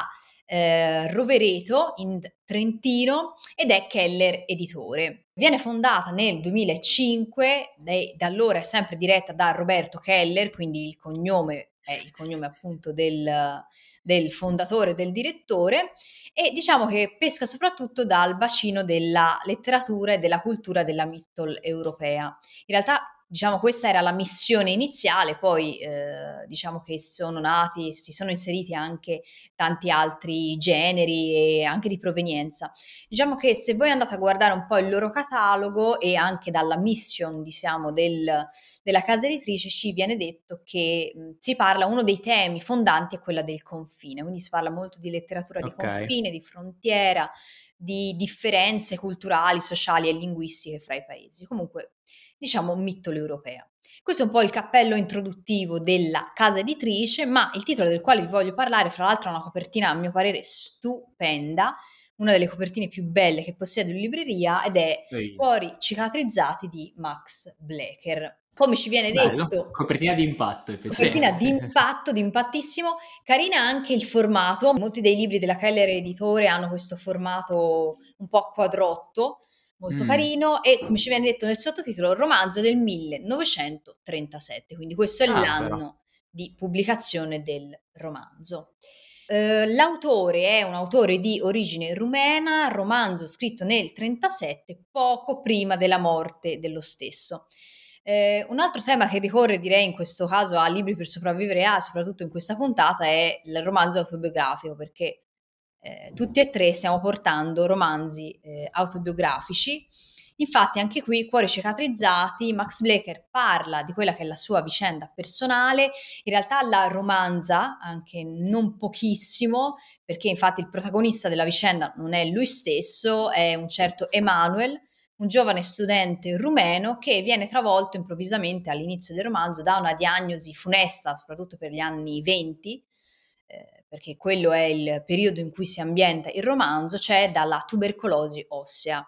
eh, Rovereto in Trentino ed è Keller Editore. Viene fondata nel duemilacinque, e da allora è sempre diretta da Roberto Keller, quindi il cognome è il cognome appunto del, del fondatore, del direttore, e diciamo che pesca soprattutto dal bacino della letteratura e della cultura della Mittel europea. In realtà diciamo questa era la missione iniziale, poi eh, diciamo che sono nati, si sono inseriti anche tanti altri generi e anche di provenienza. Diciamo che se voi andate a guardare un po' il loro catalogo e anche dalla mission, diciamo, del, della casa editrice, ci viene detto che mh, si parla, uno dei temi fondanti è quella del confine, quindi si parla molto di letteratura di Ok. confine, di frontiera, di differenze culturali, sociali e linguistiche fra i paesi. Comunque, diciamo, Mittel europea. Questo è un po' il cappello introduttivo della casa editrice, ma il titolo del quale vi voglio parlare, fra l'altro, è una copertina a mio parere stupenda, una delle copertine più belle che possiedo in libreria, ed è Sì. Cuori cicatrizzati di Max Blecher. Come ci viene Bello, detto, copertina di impatto, copertina effettivamente. di impatto, di impattissimo, carina anche il formato. Molti dei libri della Keller Editore hanno questo formato un po' a quadrotto, molto Mm. carino, e come ci viene detto nel sottotitolo, romanzo del millenovecentotrentasette, quindi questo è Ah, l'anno però. di pubblicazione del romanzo. Eh, l'autore è un autore di origine rumena, romanzo scritto nel trentasette, poco prima della morte dello stesso. Eh, un altro tema che ricorre, direi, in questo caso a Libri per sopravvivere A, soprattutto in questa puntata, è il romanzo autobiografico, perché eh, tutti e tre stiamo portando romanzi eh, autobiografici. Infatti anche qui, Cuori cicatrizzati, Max Blecher parla di quella che è la sua vicenda personale, in realtà la romanza anche non pochissimo, perché infatti il protagonista della vicenda non è lui stesso, è un certo Emanuel, un giovane studente rumeno che viene travolto improvvisamente all'inizio del romanzo da una diagnosi funesta, soprattutto per gli anni venti, eh, perché quello è il periodo in cui si ambienta il romanzo, cioè dalla tubercolosi ossea.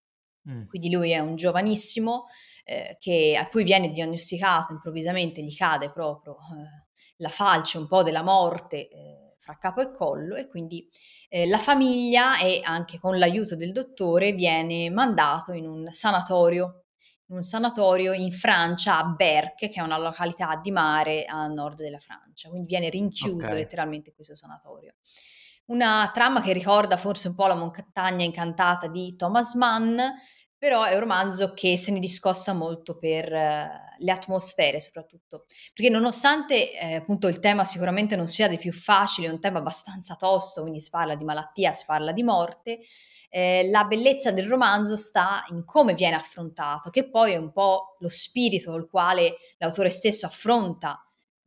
Mm. Quindi lui è un giovanissimo eh, che, a cui viene diagnosticato improvvisamente, gli cade proprio eh, la falce un po' della morte eh, fra capo e collo, e quindi eh, la famiglia, e anche con l'aiuto del dottore, viene mandato in un sanatorio, in un sanatorio in Francia, a Berck, che è una località di mare a nord della Francia, quindi viene rinchiuso Ok. letteralmente in questo sanatorio. Una trama che ricorda forse un po' la montagna incantata di Thomas Mann, però è un romanzo che se ne discosta molto per eh, le atmosfere soprattutto, perché nonostante eh, appunto il tema sicuramente non sia dei più facili, è un tema abbastanza tosto, quindi si parla di malattia, si parla di morte, eh, la bellezza del romanzo sta in come viene affrontato, che poi è un po' lo spirito col quale l'autore stesso affronta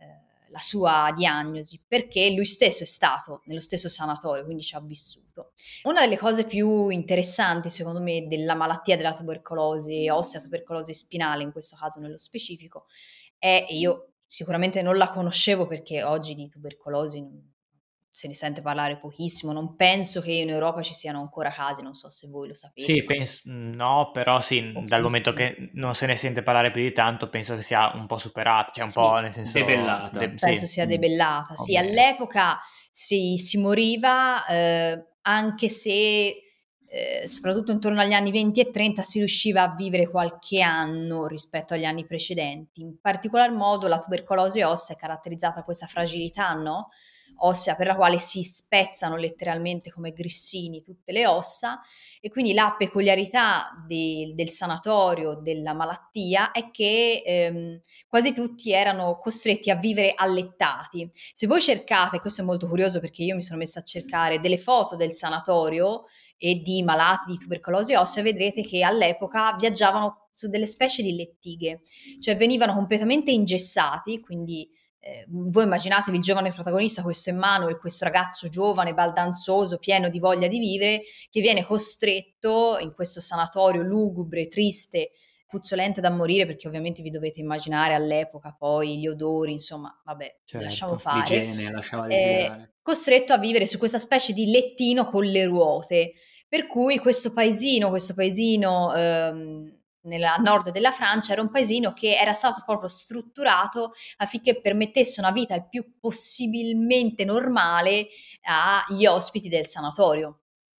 la sua diagnosi, perché lui stesso è stato nello stesso sanatorio, quindi ci ha vissuto. Una delle cose più interessanti, secondo me, della malattia della tubercolosi ossea, tubercolosi spinale, in questo caso nello specifico, è, e io sicuramente non la conoscevo perché oggi di tubercolosi non se ne sente parlare pochissimo, non penso che in Europa ci siano ancora casi, non so se voi lo sapete. Sì, penso, no, però sì, dal momento Pochissimi. che non se ne sente parlare più di tanto, penso che sia un po' superato, cioè un Sì. po' nel senso... Debellata. de- Penso sì, sia Mm. debellata. Sì, ovvio. all'epoca si, si moriva, eh, anche se eh, soprattutto intorno agli anni venti e trenta si riusciva a vivere qualche anno rispetto agli anni precedenti. In particolar modo la tubercolosi ossea è caratterizzata da questa fragilità, no? Ossea, per la quale si spezzano letteralmente come grissini tutte le ossa, e quindi la peculiarità de- del sanatorio, della malattia, è che ehm, quasi tutti erano costretti a vivere allettati. Se voi cercate, questo è molto curioso perché io mi sono messa a cercare delle foto del sanatorio e di malati di tubercolosi ossea, vedrete che all'epoca viaggiavano su delle specie di lettighe, cioè venivano completamente ingessati, quindi Eh, voi immaginatevi il giovane protagonista, questo Emmanuel, questo ragazzo giovane, baldanzoso, pieno di voglia di vivere, che viene costretto in questo sanatorio lugubre, triste, puzzolente da morire, perché ovviamente vi dovete immaginare all'epoca poi gli odori, insomma, vabbè, Certo, lasciamo fare. L'igiene lasciava Eh, desiderare. costretto a vivere su questa specie di lettino con le ruote, per cui questo paesino, questo paesino ehm, nella nord della Francia, era un paesino che era stato proprio strutturato affinché permettesse una vita il più possibilmente normale agli ospiti del sanatorio.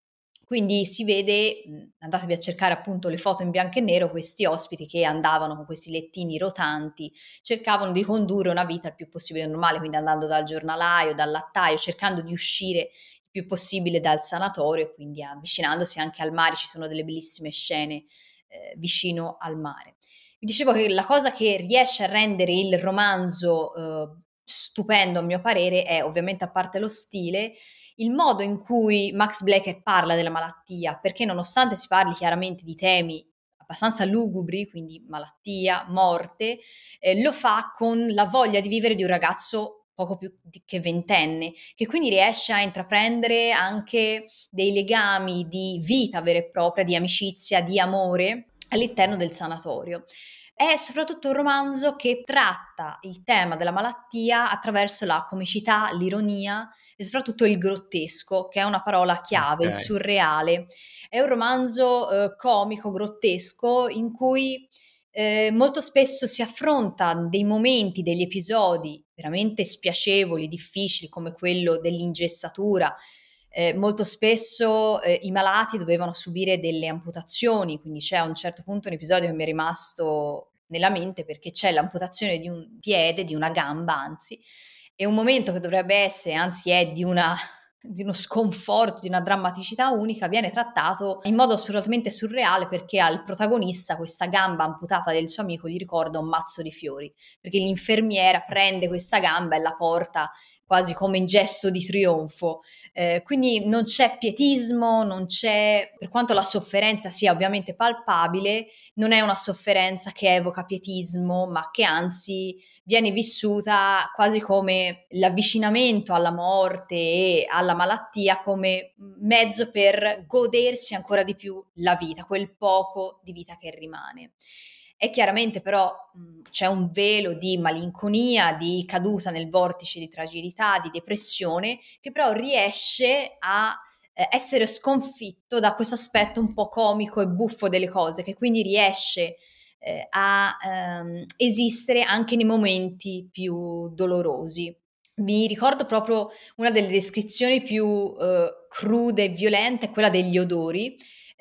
Quindi si vede, andatevi a cercare appunto le foto in bianco e nero, questi ospiti che andavano con questi lettini rotanti, cercavano di condurre una vita il più possibile normale, quindi andando dal giornalaio, dal lattaio, cercando di uscire il più possibile dal sanatorio e quindi avvicinandosi anche al mare. Ci sono delle bellissime scene eh, vicino al mare. Vi dicevo che la cosa che riesce a rendere il romanzo eh, stupendo a mio parere è, ovviamente, a parte lo stile, il modo in cui Max Blaker parla della malattia, perché nonostante si parli chiaramente di temi abbastanza lugubri, quindi malattia, morte, eh, lo fa con la voglia di vivere di un ragazzo poco più di, che ventenne, che quindi riesce a intraprendere anche dei legami di vita vera e propria, di amicizia, di amore all'interno del sanatorio. È soprattutto un romanzo che tratta il tema della malattia attraverso la comicità, l'ironia e soprattutto il grottesco, che è una parola chiave, il Ok. surreale. È un romanzo eh, comico, grottesco, in cui eh, molto spesso si affronta dei momenti, degli episodi veramente spiacevoli, difficili, come quello dell'ingessatura. Eh, molto spesso eh, i malati dovevano subire delle amputazioni, quindi c'è a un certo punto un episodio che mi è rimasto nella mente, perché c'è l'amputazione di un piede, di una gamba anzi, e un momento che dovrebbe essere, anzi è di una di uno sconforto, di una drammaticità unica, viene trattato in modo assolutamente surreale, perché al protagonista questa gamba amputata del suo amico gli ricorda un mazzo di fiori, perché l'infermiera prende questa gamba e la porta quasi come in gesto di trionfo. Eh, quindi non c'è pietismo, non c'è, per quanto la sofferenza sia ovviamente palpabile, non è una sofferenza che evoca pietismo, ma che anzi viene vissuta quasi come l'avvicinamento alla morte e alla malattia come mezzo per godersi ancora di più la vita, quel poco di vita che rimane. E chiaramente però mh, c'è un velo di malinconia, di caduta nel vortice di tragicità, di depressione, che però riesce a eh, essere sconfitto da questo aspetto un po' comico e buffo delle cose, che quindi riesce eh, a ehm, esistere anche nei momenti più dolorosi. Mi ricordo proprio una delle descrizioni più eh, crude e violente, quella degli odori.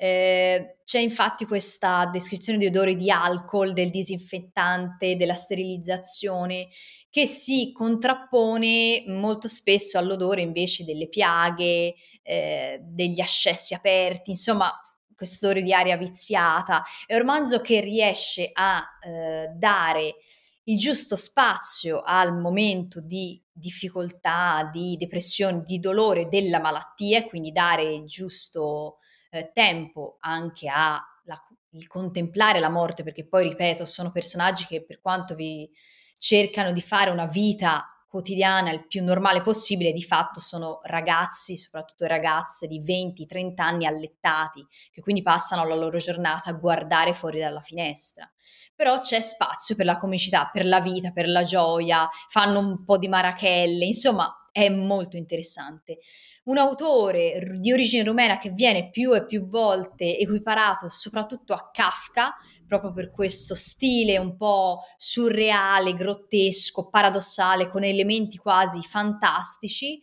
Eh, c'è infatti questa descrizione di odori di alcol, del disinfettante, della sterilizzazione, che si contrappone molto spesso all'odore invece delle piaghe, eh, degli accessi aperti, insomma questo odore di aria viziata. È un romanzo che riesce a eh, dare il giusto spazio al momento di difficoltà, di depressione, di dolore della malattia, quindi dare il giusto eh, tempo anche a la, il contemplare la morte, perché poi, ripeto, sono personaggi che, per quanto vi cercano di fare una vita quotidiana il più normale possibile, di fatto sono ragazzi, soprattutto ragazze di venti trenta anni allettati, che quindi passano la loro giornata a guardare fuori dalla finestra. Però c'è spazio per la comicità, per la vita, per la gioia, fanno un po' di marachelle, insomma è molto interessante. Un autore di origine rumena che viene più e più volte equiparato soprattutto a Kafka, proprio per questo stile un po' surreale, grottesco, paradossale, con elementi quasi fantastici,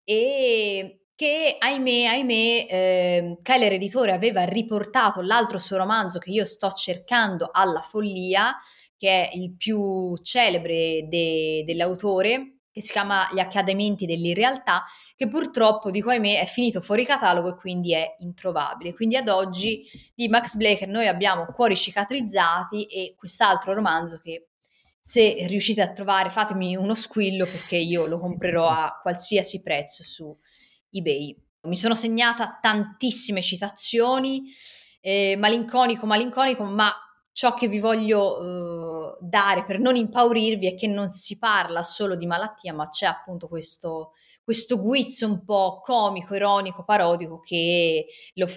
e che ahimè, ahimè, eh, Keller Editore aveva riportato l'altro suo romanzo che io sto cercando, Alla follia, che è il più celebre de- dell'autore, che si chiama Gli accadimenti dell'irrealtà, che purtroppo, dico ahimè, è finito fuori catalogo e quindi è introvabile. Quindi ad oggi di Max Blaker noi abbiamo Cuori cicatrizzati e quest'altro romanzo che, se riuscite a trovare, fatemi uno squillo, perché io lo comprerò a qualsiasi prezzo su eBay. Mi sono segnata tantissime citazioni, eh, malinconico, malinconico, ma ciò che vi voglio eh, dare per non impaurirvi è che non si parla solo di malattia, ma c'è appunto questo, questo guizzo un po' comico, ironico, parodico che lo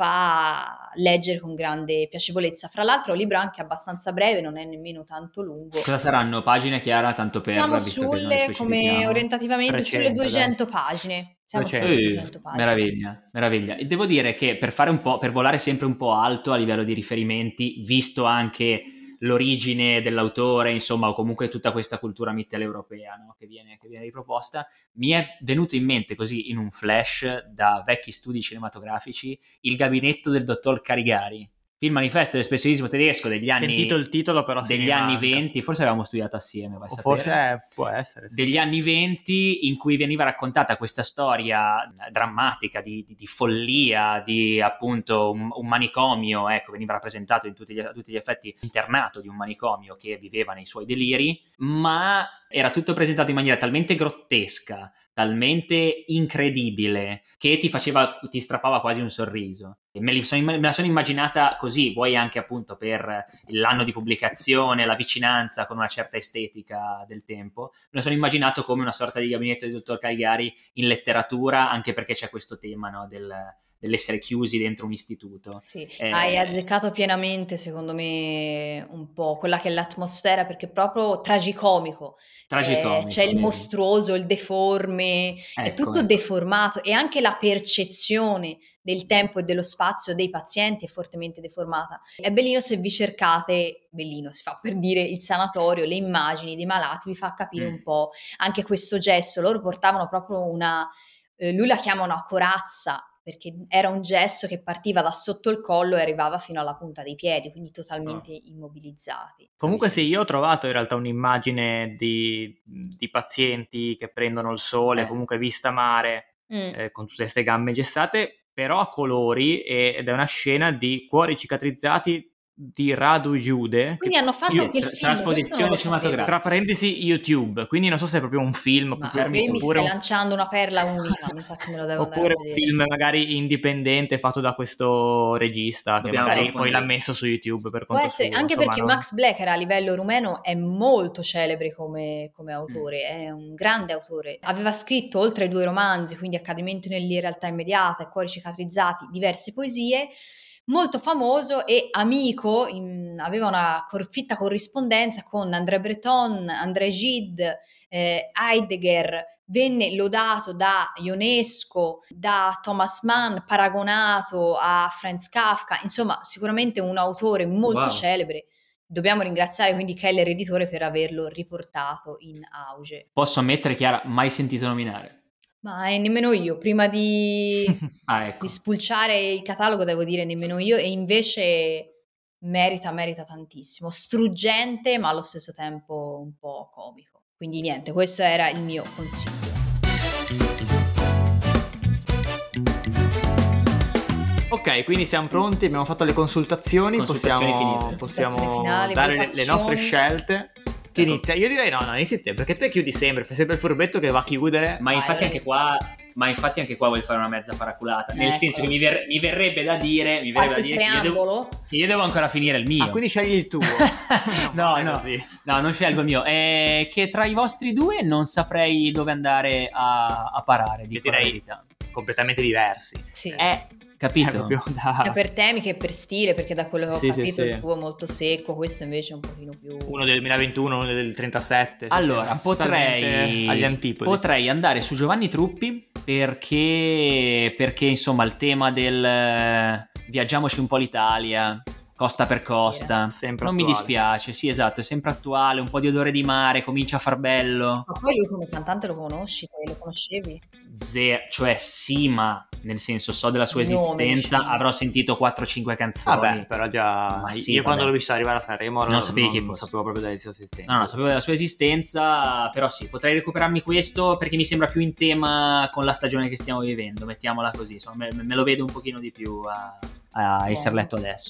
fa leggere con grande piacevolezza. Fra l'altro è un libro anche abbastanza breve, non è nemmeno tanto lungo. Cosa saranno? Pagine, Chiara, tanto per... Siamo visto che noi sulle, come specifichiamo. orientativamente, trecento, sulle duecento dai. pagine. Siamo duecento. sulle Eh, duecento pagine. meraviglia, meraviglia. E devo dire che per fare un po', per volare sempre un po' alto a livello di riferimenti, visto anche l'origine dell'autore, insomma, o comunque tutta questa cultura mitteleuropea, no? che, viene, che viene riproposta, mi è venuto in mente così in un flash da vecchi studi cinematografici Il gabinetto del dottor Carigari, film manifesto dell'espressionismo tedesco degli anni, Sentito il titolo, però se degli mi anni manca. venti, forse avevamo studiato assieme, vai a O sapere. forse è- può essere. sì. Degli anni venti, in cui veniva raccontata questa storia drammatica di, di, di follia, di appunto un, un manicomio, ecco, veniva rappresentato in tutti gli, a tutti gli effetti internato di un manicomio che viveva nei suoi deliri, ma era tutto presentato in maniera talmente grottesca, talmente incredibile, che ti faceva, ti strappava quasi un sorriso. E me, li sono, me la sono immaginata così, vuoi anche appunto per l'anno di pubblicazione, la vicinanza con una certa estetica del tempo, me lo sono immaginato come una sorta di gabinetto del dottor Caligari in letteratura, anche perché c'è questo tema, no, del, dell'essere chiusi dentro un istituto. Sì, Eh, hai azzeccato pienamente, secondo me, un po' quella che è l'atmosfera, perché è proprio tragicomico. Tragicomico, Eh, c'è il vedi? mostruoso, il deforme, è Ecco, tutto ecco. deformato, e anche la percezione del tempo e dello spazio dei pazienti è fortemente deformata. È bellino se vi cercate, bellino si fa per dire, il sanatorio, le immagini dei malati, vi fa capire Mm. un po' anche questo gesto. Loro portavano proprio una, eh, lui la chiama una corazza, perché era un gesto che partiva da sotto il collo e arrivava fino alla punta dei piedi, quindi totalmente immobilizzati. Comunque sì, io ho trovato in realtà un'immagine di, di pazienti che prendono il sole, Eh. comunque vista mare, Mm. eh, con tutte queste gambe ingessate, però a colori, e- ed è una scena di cuori cicatrizzati di Radu Jude, Quindi che hanno fatto io- anche il tra- film, questo non trasposizione lo sapevo. cinematografica. tra parentesi YouTube, quindi non so se è proprio un film, Ma fermi qui tu, mi oppure stai un- lanciando una perla unica, mi sa che me lo devo andare oppure a un vedere. film magari indipendente fatto da questo regista, Dobbiamo che magari approfondire. poi l'ha messo su YouTube per Può conto essere, suo, anche insomma, perché non- Max Black a livello rumeno è molto celebre come, come autore, è un grande autore. Aveva scritto oltre ai due romanzi, quindi Accadimento nella realtà immediata e Cuori cicatrizzati, diverse poesie, molto famoso e amico, in- aveva una cor- fitta corrispondenza con André Breton, André Gide, eh, Heidegger. Venne lodato da Ionesco, da Thomas Mann, paragonato a Franz Kafka, insomma sicuramente un autore molto Wow. celebre. Dobbiamo ringraziare quindi Keller Editore per averlo riportato in auge. Posso ammettere, Chiara, mai sentito nominare. Ma eh, nemmeno io, prima di, Ah, ecco. di spulciare il catalogo devo dire nemmeno io, e invece merita, merita tantissimo, struggente ma allo stesso tempo un po' comico. Quindi niente, questo era il mio consiglio. Ok, quindi siamo pronti, abbiamo fatto le consultazioni, Consultazioni possiamo, finite. possiamo Consultazioni finali, dare le, le votazioni. nostre scelte. Chi Ecco. inizia? Io direi no, no, inizi te, perché te chiudi sempre, fai sempre il furbetto che va a chiudere. Ma Vai, infatti vai, anche iniziamo. qua, ma infatti anche qua voglio fare una mezza paraculata. Nel Ecco. senso che mi, ver- mi verrebbe da dire, mi verrebbe Qualche da dire che io devo, preambolo? che io devo ancora finire il mio. Ah, quindi scegli il tuo. no, non è no, così. no, non scelgo il mio. È che tra i vostri due non saprei dove andare a, a parare, Io dico la direi verità. completamente diversi. Sì. Eh, Cioè, capito? proprio da... Sia per temi che per stile, perché da quello che ho Sì, sì, capito sì. il tuo è molto secco, questo invece è un pochino più... Uno del duemilaventuno, uno del trentasette. sì, Allora, sì, potrei, totalmente agli antipodi. potrei andare su Giovanni Truppi perché, perché insomma il tema del eh, viaggiamoci un po' l'Italia, costa per Ispira. costa, Sempre non mi attuale. dispiace, sì esatto, è sempre attuale, un po' di odore di mare, comincia a far bello, Ma poi lui come cantante lo conosci, se lo conoscevi? Zero, cioè sì, ma nel senso so della sua Di nome, esistenza, diciamo. avrò sentito quattro cinque canzoni. Vabbè, però già... Ma sì, io quando vabbè. l'ho visto arrivare a Sanremo Non sapevi chi fosse. sapevo proprio della sua esistenza. No, no, sapevo della sua esistenza, però sì, potrei recuperarmi questo perché mi sembra più in tema con la stagione che stiamo vivendo, mettiamola così, insomma, me, me lo vedo un pochino di più a, a essere letto adesso.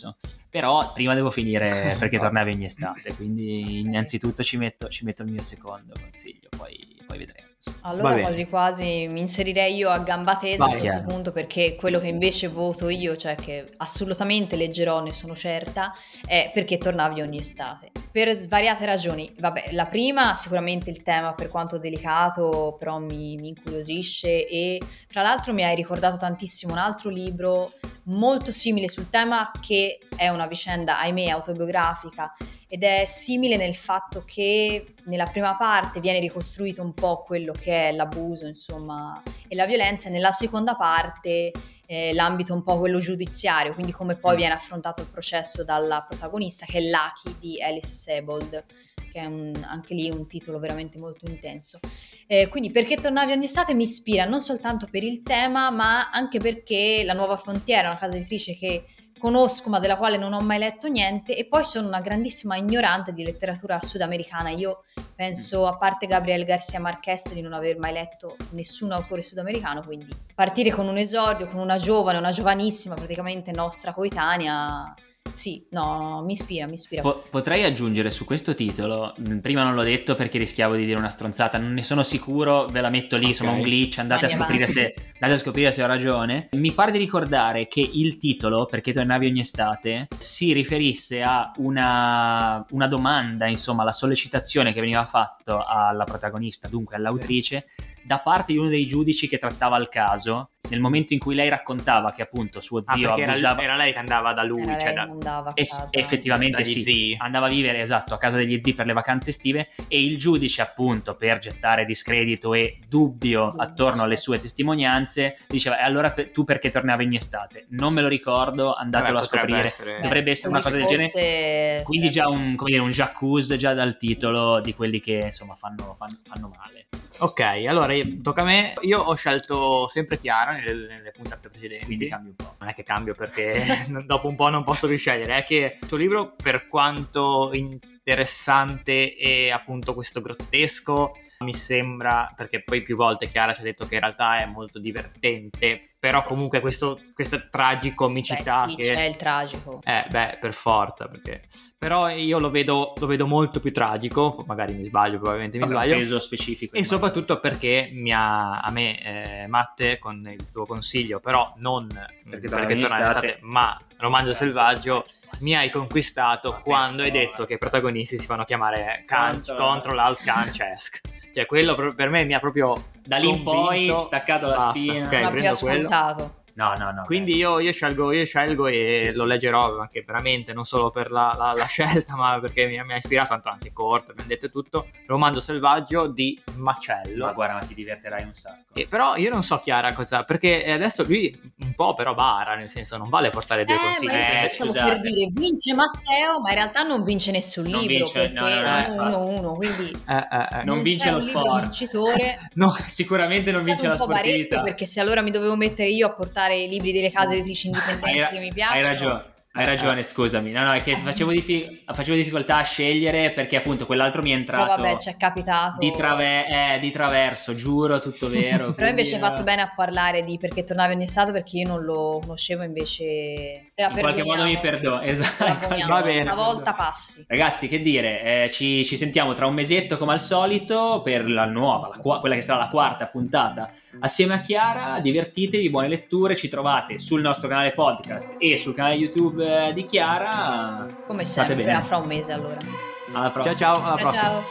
però prima devo finire Perché tornavi ogni estate, quindi innanzitutto ci metto, ci metto il mio secondo consiglio, poi, poi vedremo. Allora quasi quasi mi inserirei io a gamba tesa a questo punto, perché quello che invece voto io, cioè che assolutamente leggerò, ne sono certa, è Perché tornavi ogni estate, per svariate ragioni. Vabbè, la prima sicuramente il tema, per quanto delicato, però mi, mi incuriosisce, e tra l'altro mi hai ricordato tantissimo un altro libro molto simile sul tema, che è una vicenda ahimè autobiografica, ed è simile nel fatto che nella prima parte viene ricostruito un po' quello che è l'abuso, insomma, e la violenza, e nella seconda parte eh, l'ambito un po' quello giudiziario, quindi come poi viene affrontato il processo dalla protagonista, che è Lucky di Alice Sebold, che è un, anche lì un titolo veramente molto intenso. Eh, quindi Perché tornavi ogni estate mi ispira non soltanto per il tema, ma anche perché La Nuova Frontiera è una casa editrice che conosco ma della quale non ho mai letto niente, e poi sono una grandissima ignorante di letteratura sudamericana. Io penso, a parte Gabriel García Márquez, di non aver mai letto nessun autore sudamericano, quindi partire con un esordio, con una giovane, una giovanissima, praticamente nostra coetanea, sì, no, mi ispira, mi ispira. Po- potrei aggiungere su questo titolo, prima non l'ho detto perché rischiavo di dire una stronzata, non ne sono sicuro, ve la metto lì, okay. Sono un glitch, andate a, scoprire se, andate a scoprire se ho ragione. Mi pare di ricordare che il titolo, Perché tornavi ogni estate, si riferisse a una, una domanda, insomma, la sollecitazione che veniva fatta alla protagonista, dunque all'autrice, sì, da parte di uno dei giudici che trattava il caso, nel momento in cui lei raccontava che appunto suo zio ah, abusava. Era, era lei che andava da lui, era cioè lei da... andava a casa. Es- effettivamente sì, zii. Andava a vivere, esatto, a casa degli zii per le vacanze estive, e il giudice, appunto, per gettare discredito e dubbio, dubbio attorno certo. alle sue testimonianze, diceva: e allora pe- tu perché tornavi ogni estate? Non me lo ricordo, andatelo Vabbè, a scoprire. Essere... Dovrebbe Beh, essere una cosa del genere. Quindi già un, come dire, un j'accuse già dal titolo, di quelli che insomma fanno, fanno, fanno male. Ok, allora tocca a me. Io ho scelto sempre Chiara nelle, nelle puntate precedenti. Quindi cambio un po'. Non è che cambio perché dopo un po' non posso riscegliere, è che il suo libro, per quanto interessante e appunto questo grottesco, mi sembra, perché poi più volte Chiara ci ha detto che in realtà è molto divertente, però comunque questo, questa tragicomicità beh, sì, che c'è il tragico. Eh beh, per forza, perché però io lo vedo, lo vedo molto più tragico, magari mi sbaglio, probabilmente mi Vabbè, sbaglio. Un peso specifico. E soprattutto perché mi ha, a me, eh, Matte, con il tuo consiglio, però non perché, perché tornare estate, ma Romanzo Selvaggio, mi hai conquistato ma quando hai detto che i protagonisti si fanno chiamare Control, Control Alt Cancesk. Cioè quello per me mi ha proprio da lì in poi staccato la basta, spina. Okay, non più ascoltato. No, no, no. Quindi io, io scelgo io scelgo e sì, lo sì. leggerò anche veramente, non solo per la, la, la scelta, ma perché mi, mi ha ispirato, tanto anche corto, abbiamo detto tutto. Romanzo Selvaggio di Macello. Ma guarda, ma ti divertirai un sacco. E però io non so Chiara cosa, perché adesso lui un po' però bara, nel senso non vale portare due eh, consigli. Ma eh, stavo per dire, vince Matteo, ma in realtà non vince nessun non libro, vince, perché è no, no, uno uno, quindi eh, eh, eh. non, non vince lo sport. Vincitore. No, sicuramente non vince la sportività. Perché se allora mi dovevo mettere io a portare i libri delle case editrici indipendenti hai, che mi piacciono. Hai ragione. Hai ragione, scusami. No, no, è che facevo, diffi- facevo difficoltà a scegliere perché appunto quell'altro mi è entrato. Però vabbè, ci è capitato. Di, trave- eh, di traverso, giuro, tutto vero. Però invece hai fatto bene a parlare di Perché tornavi ogni estate, perché io non lo conoscevo, invece. Te la in qualche modo mi perdono. Esatto. Va bene. Una volta passi. Ragazzi, che dire, eh, ci, ci sentiamo tra un mesetto come al solito per la nuova, la, quella che sarà la quarta puntata. Assieme a Chiara, divertitevi, buone letture, ci trovate sul nostro canale podcast e sul canale YouTube di Chiara. Come sempre, a fra un mese allora. Alla prossima. Ciao ciao, alla ciao, prossima. Ciao.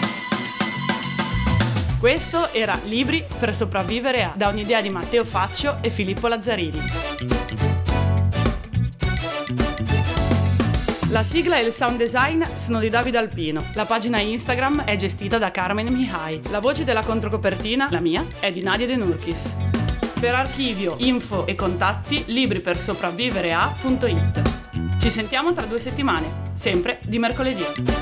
Questo era Libri per sopravvivere a, da un'idea di Matteo Faccio e Filippo Lazzarini. La sigla e il sound design sono di Davide Alpino. La pagina Instagram è gestita da Carmen Mihai. La voce della controcopertina, la mia, è di Nadia De Nurkis. Per archivio, info e contatti, libri per sopravvivere a punto it. Ci sentiamo tra due settimane, sempre di mercoledì.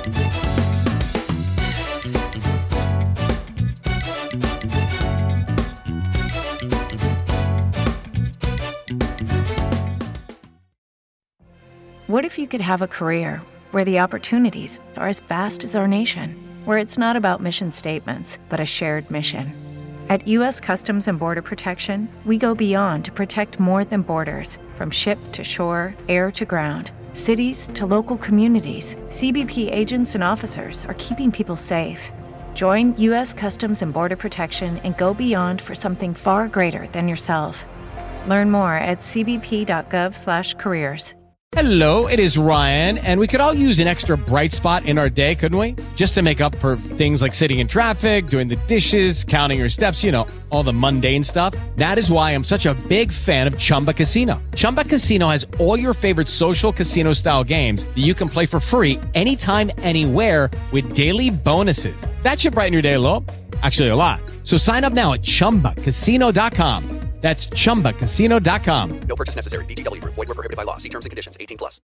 What if you could have a career where the opportunities are as vast as our nation, where it's not about mission statements, but a shared mission? At U S Customs and Border Protection, we go beyond to protect more than borders, from ship to shore, air to ground. Cities to local communities, C B P agents and officers are keeping people safe. Join U S Customs and Border Protection and go beyond for something far greater than yourself. Learn more at c b p dot gov slash careers. Hello, it is Ryan, and we could all use an extra bright spot in our day, couldn't we? Just to make up for things like sitting in traffic, doing the dishes, counting your steps, you know, all the mundane stuff. That is why I'm such a big fan of Chumba Casino. Chumba Casino has all your favorite social casino-style games that you can play for free anytime, anywhere with daily bonuses. That should brighten your day a little. Actually, a lot. So sign up now at chumba casino dot com. That's chumba casino dot com. No purchase necessary. V G W Group. Void where prohibited by law. See terms and conditions. eighteen plus.